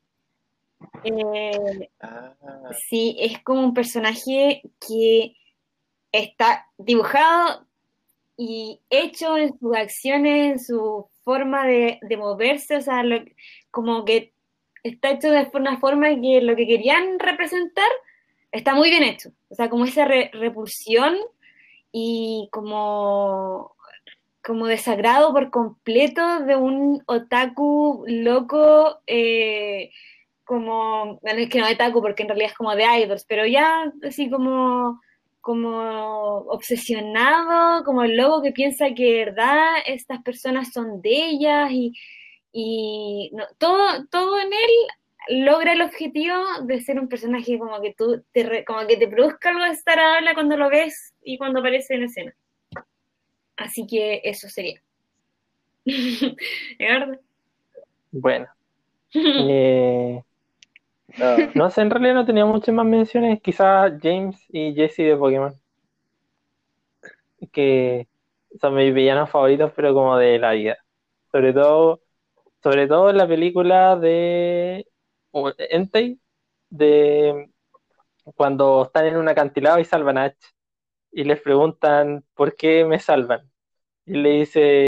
Eh, Ah, sí, es como un personaje que está dibujado y hecho en sus acciones, en su forma de, de moverse, o sea, lo- como que está hecho de una forma que lo que querían representar está muy bien hecho. O sea, como esa re- repulsión y como, como desagrado por completo de un otaku loco, eh, como, bueno, es que no otaku porque en realidad es como de idols, pero ya así como, como obsesionado, como el loco que piensa que de verdad estas personas son de ellas y, y no, todo, todo en él logra el objetivo de ser un personaje como que tú te re- como que te produzca algo desagradable cuando lo ves y cuando aparece en escena. Así que eso sería. ¿Verdad? Bueno, eh, no. no sé, en realidad no tenía muchas más menciones. Quizás James y Jesse de Pokémon, que son mis villanos favoritos, pero como de la vida. Sobre todo, sobre todo en la película de o- Entei, de cuando están en un acantilado y salvan a Ash. Y les preguntan, ¿por qué me salvan? Y le dice,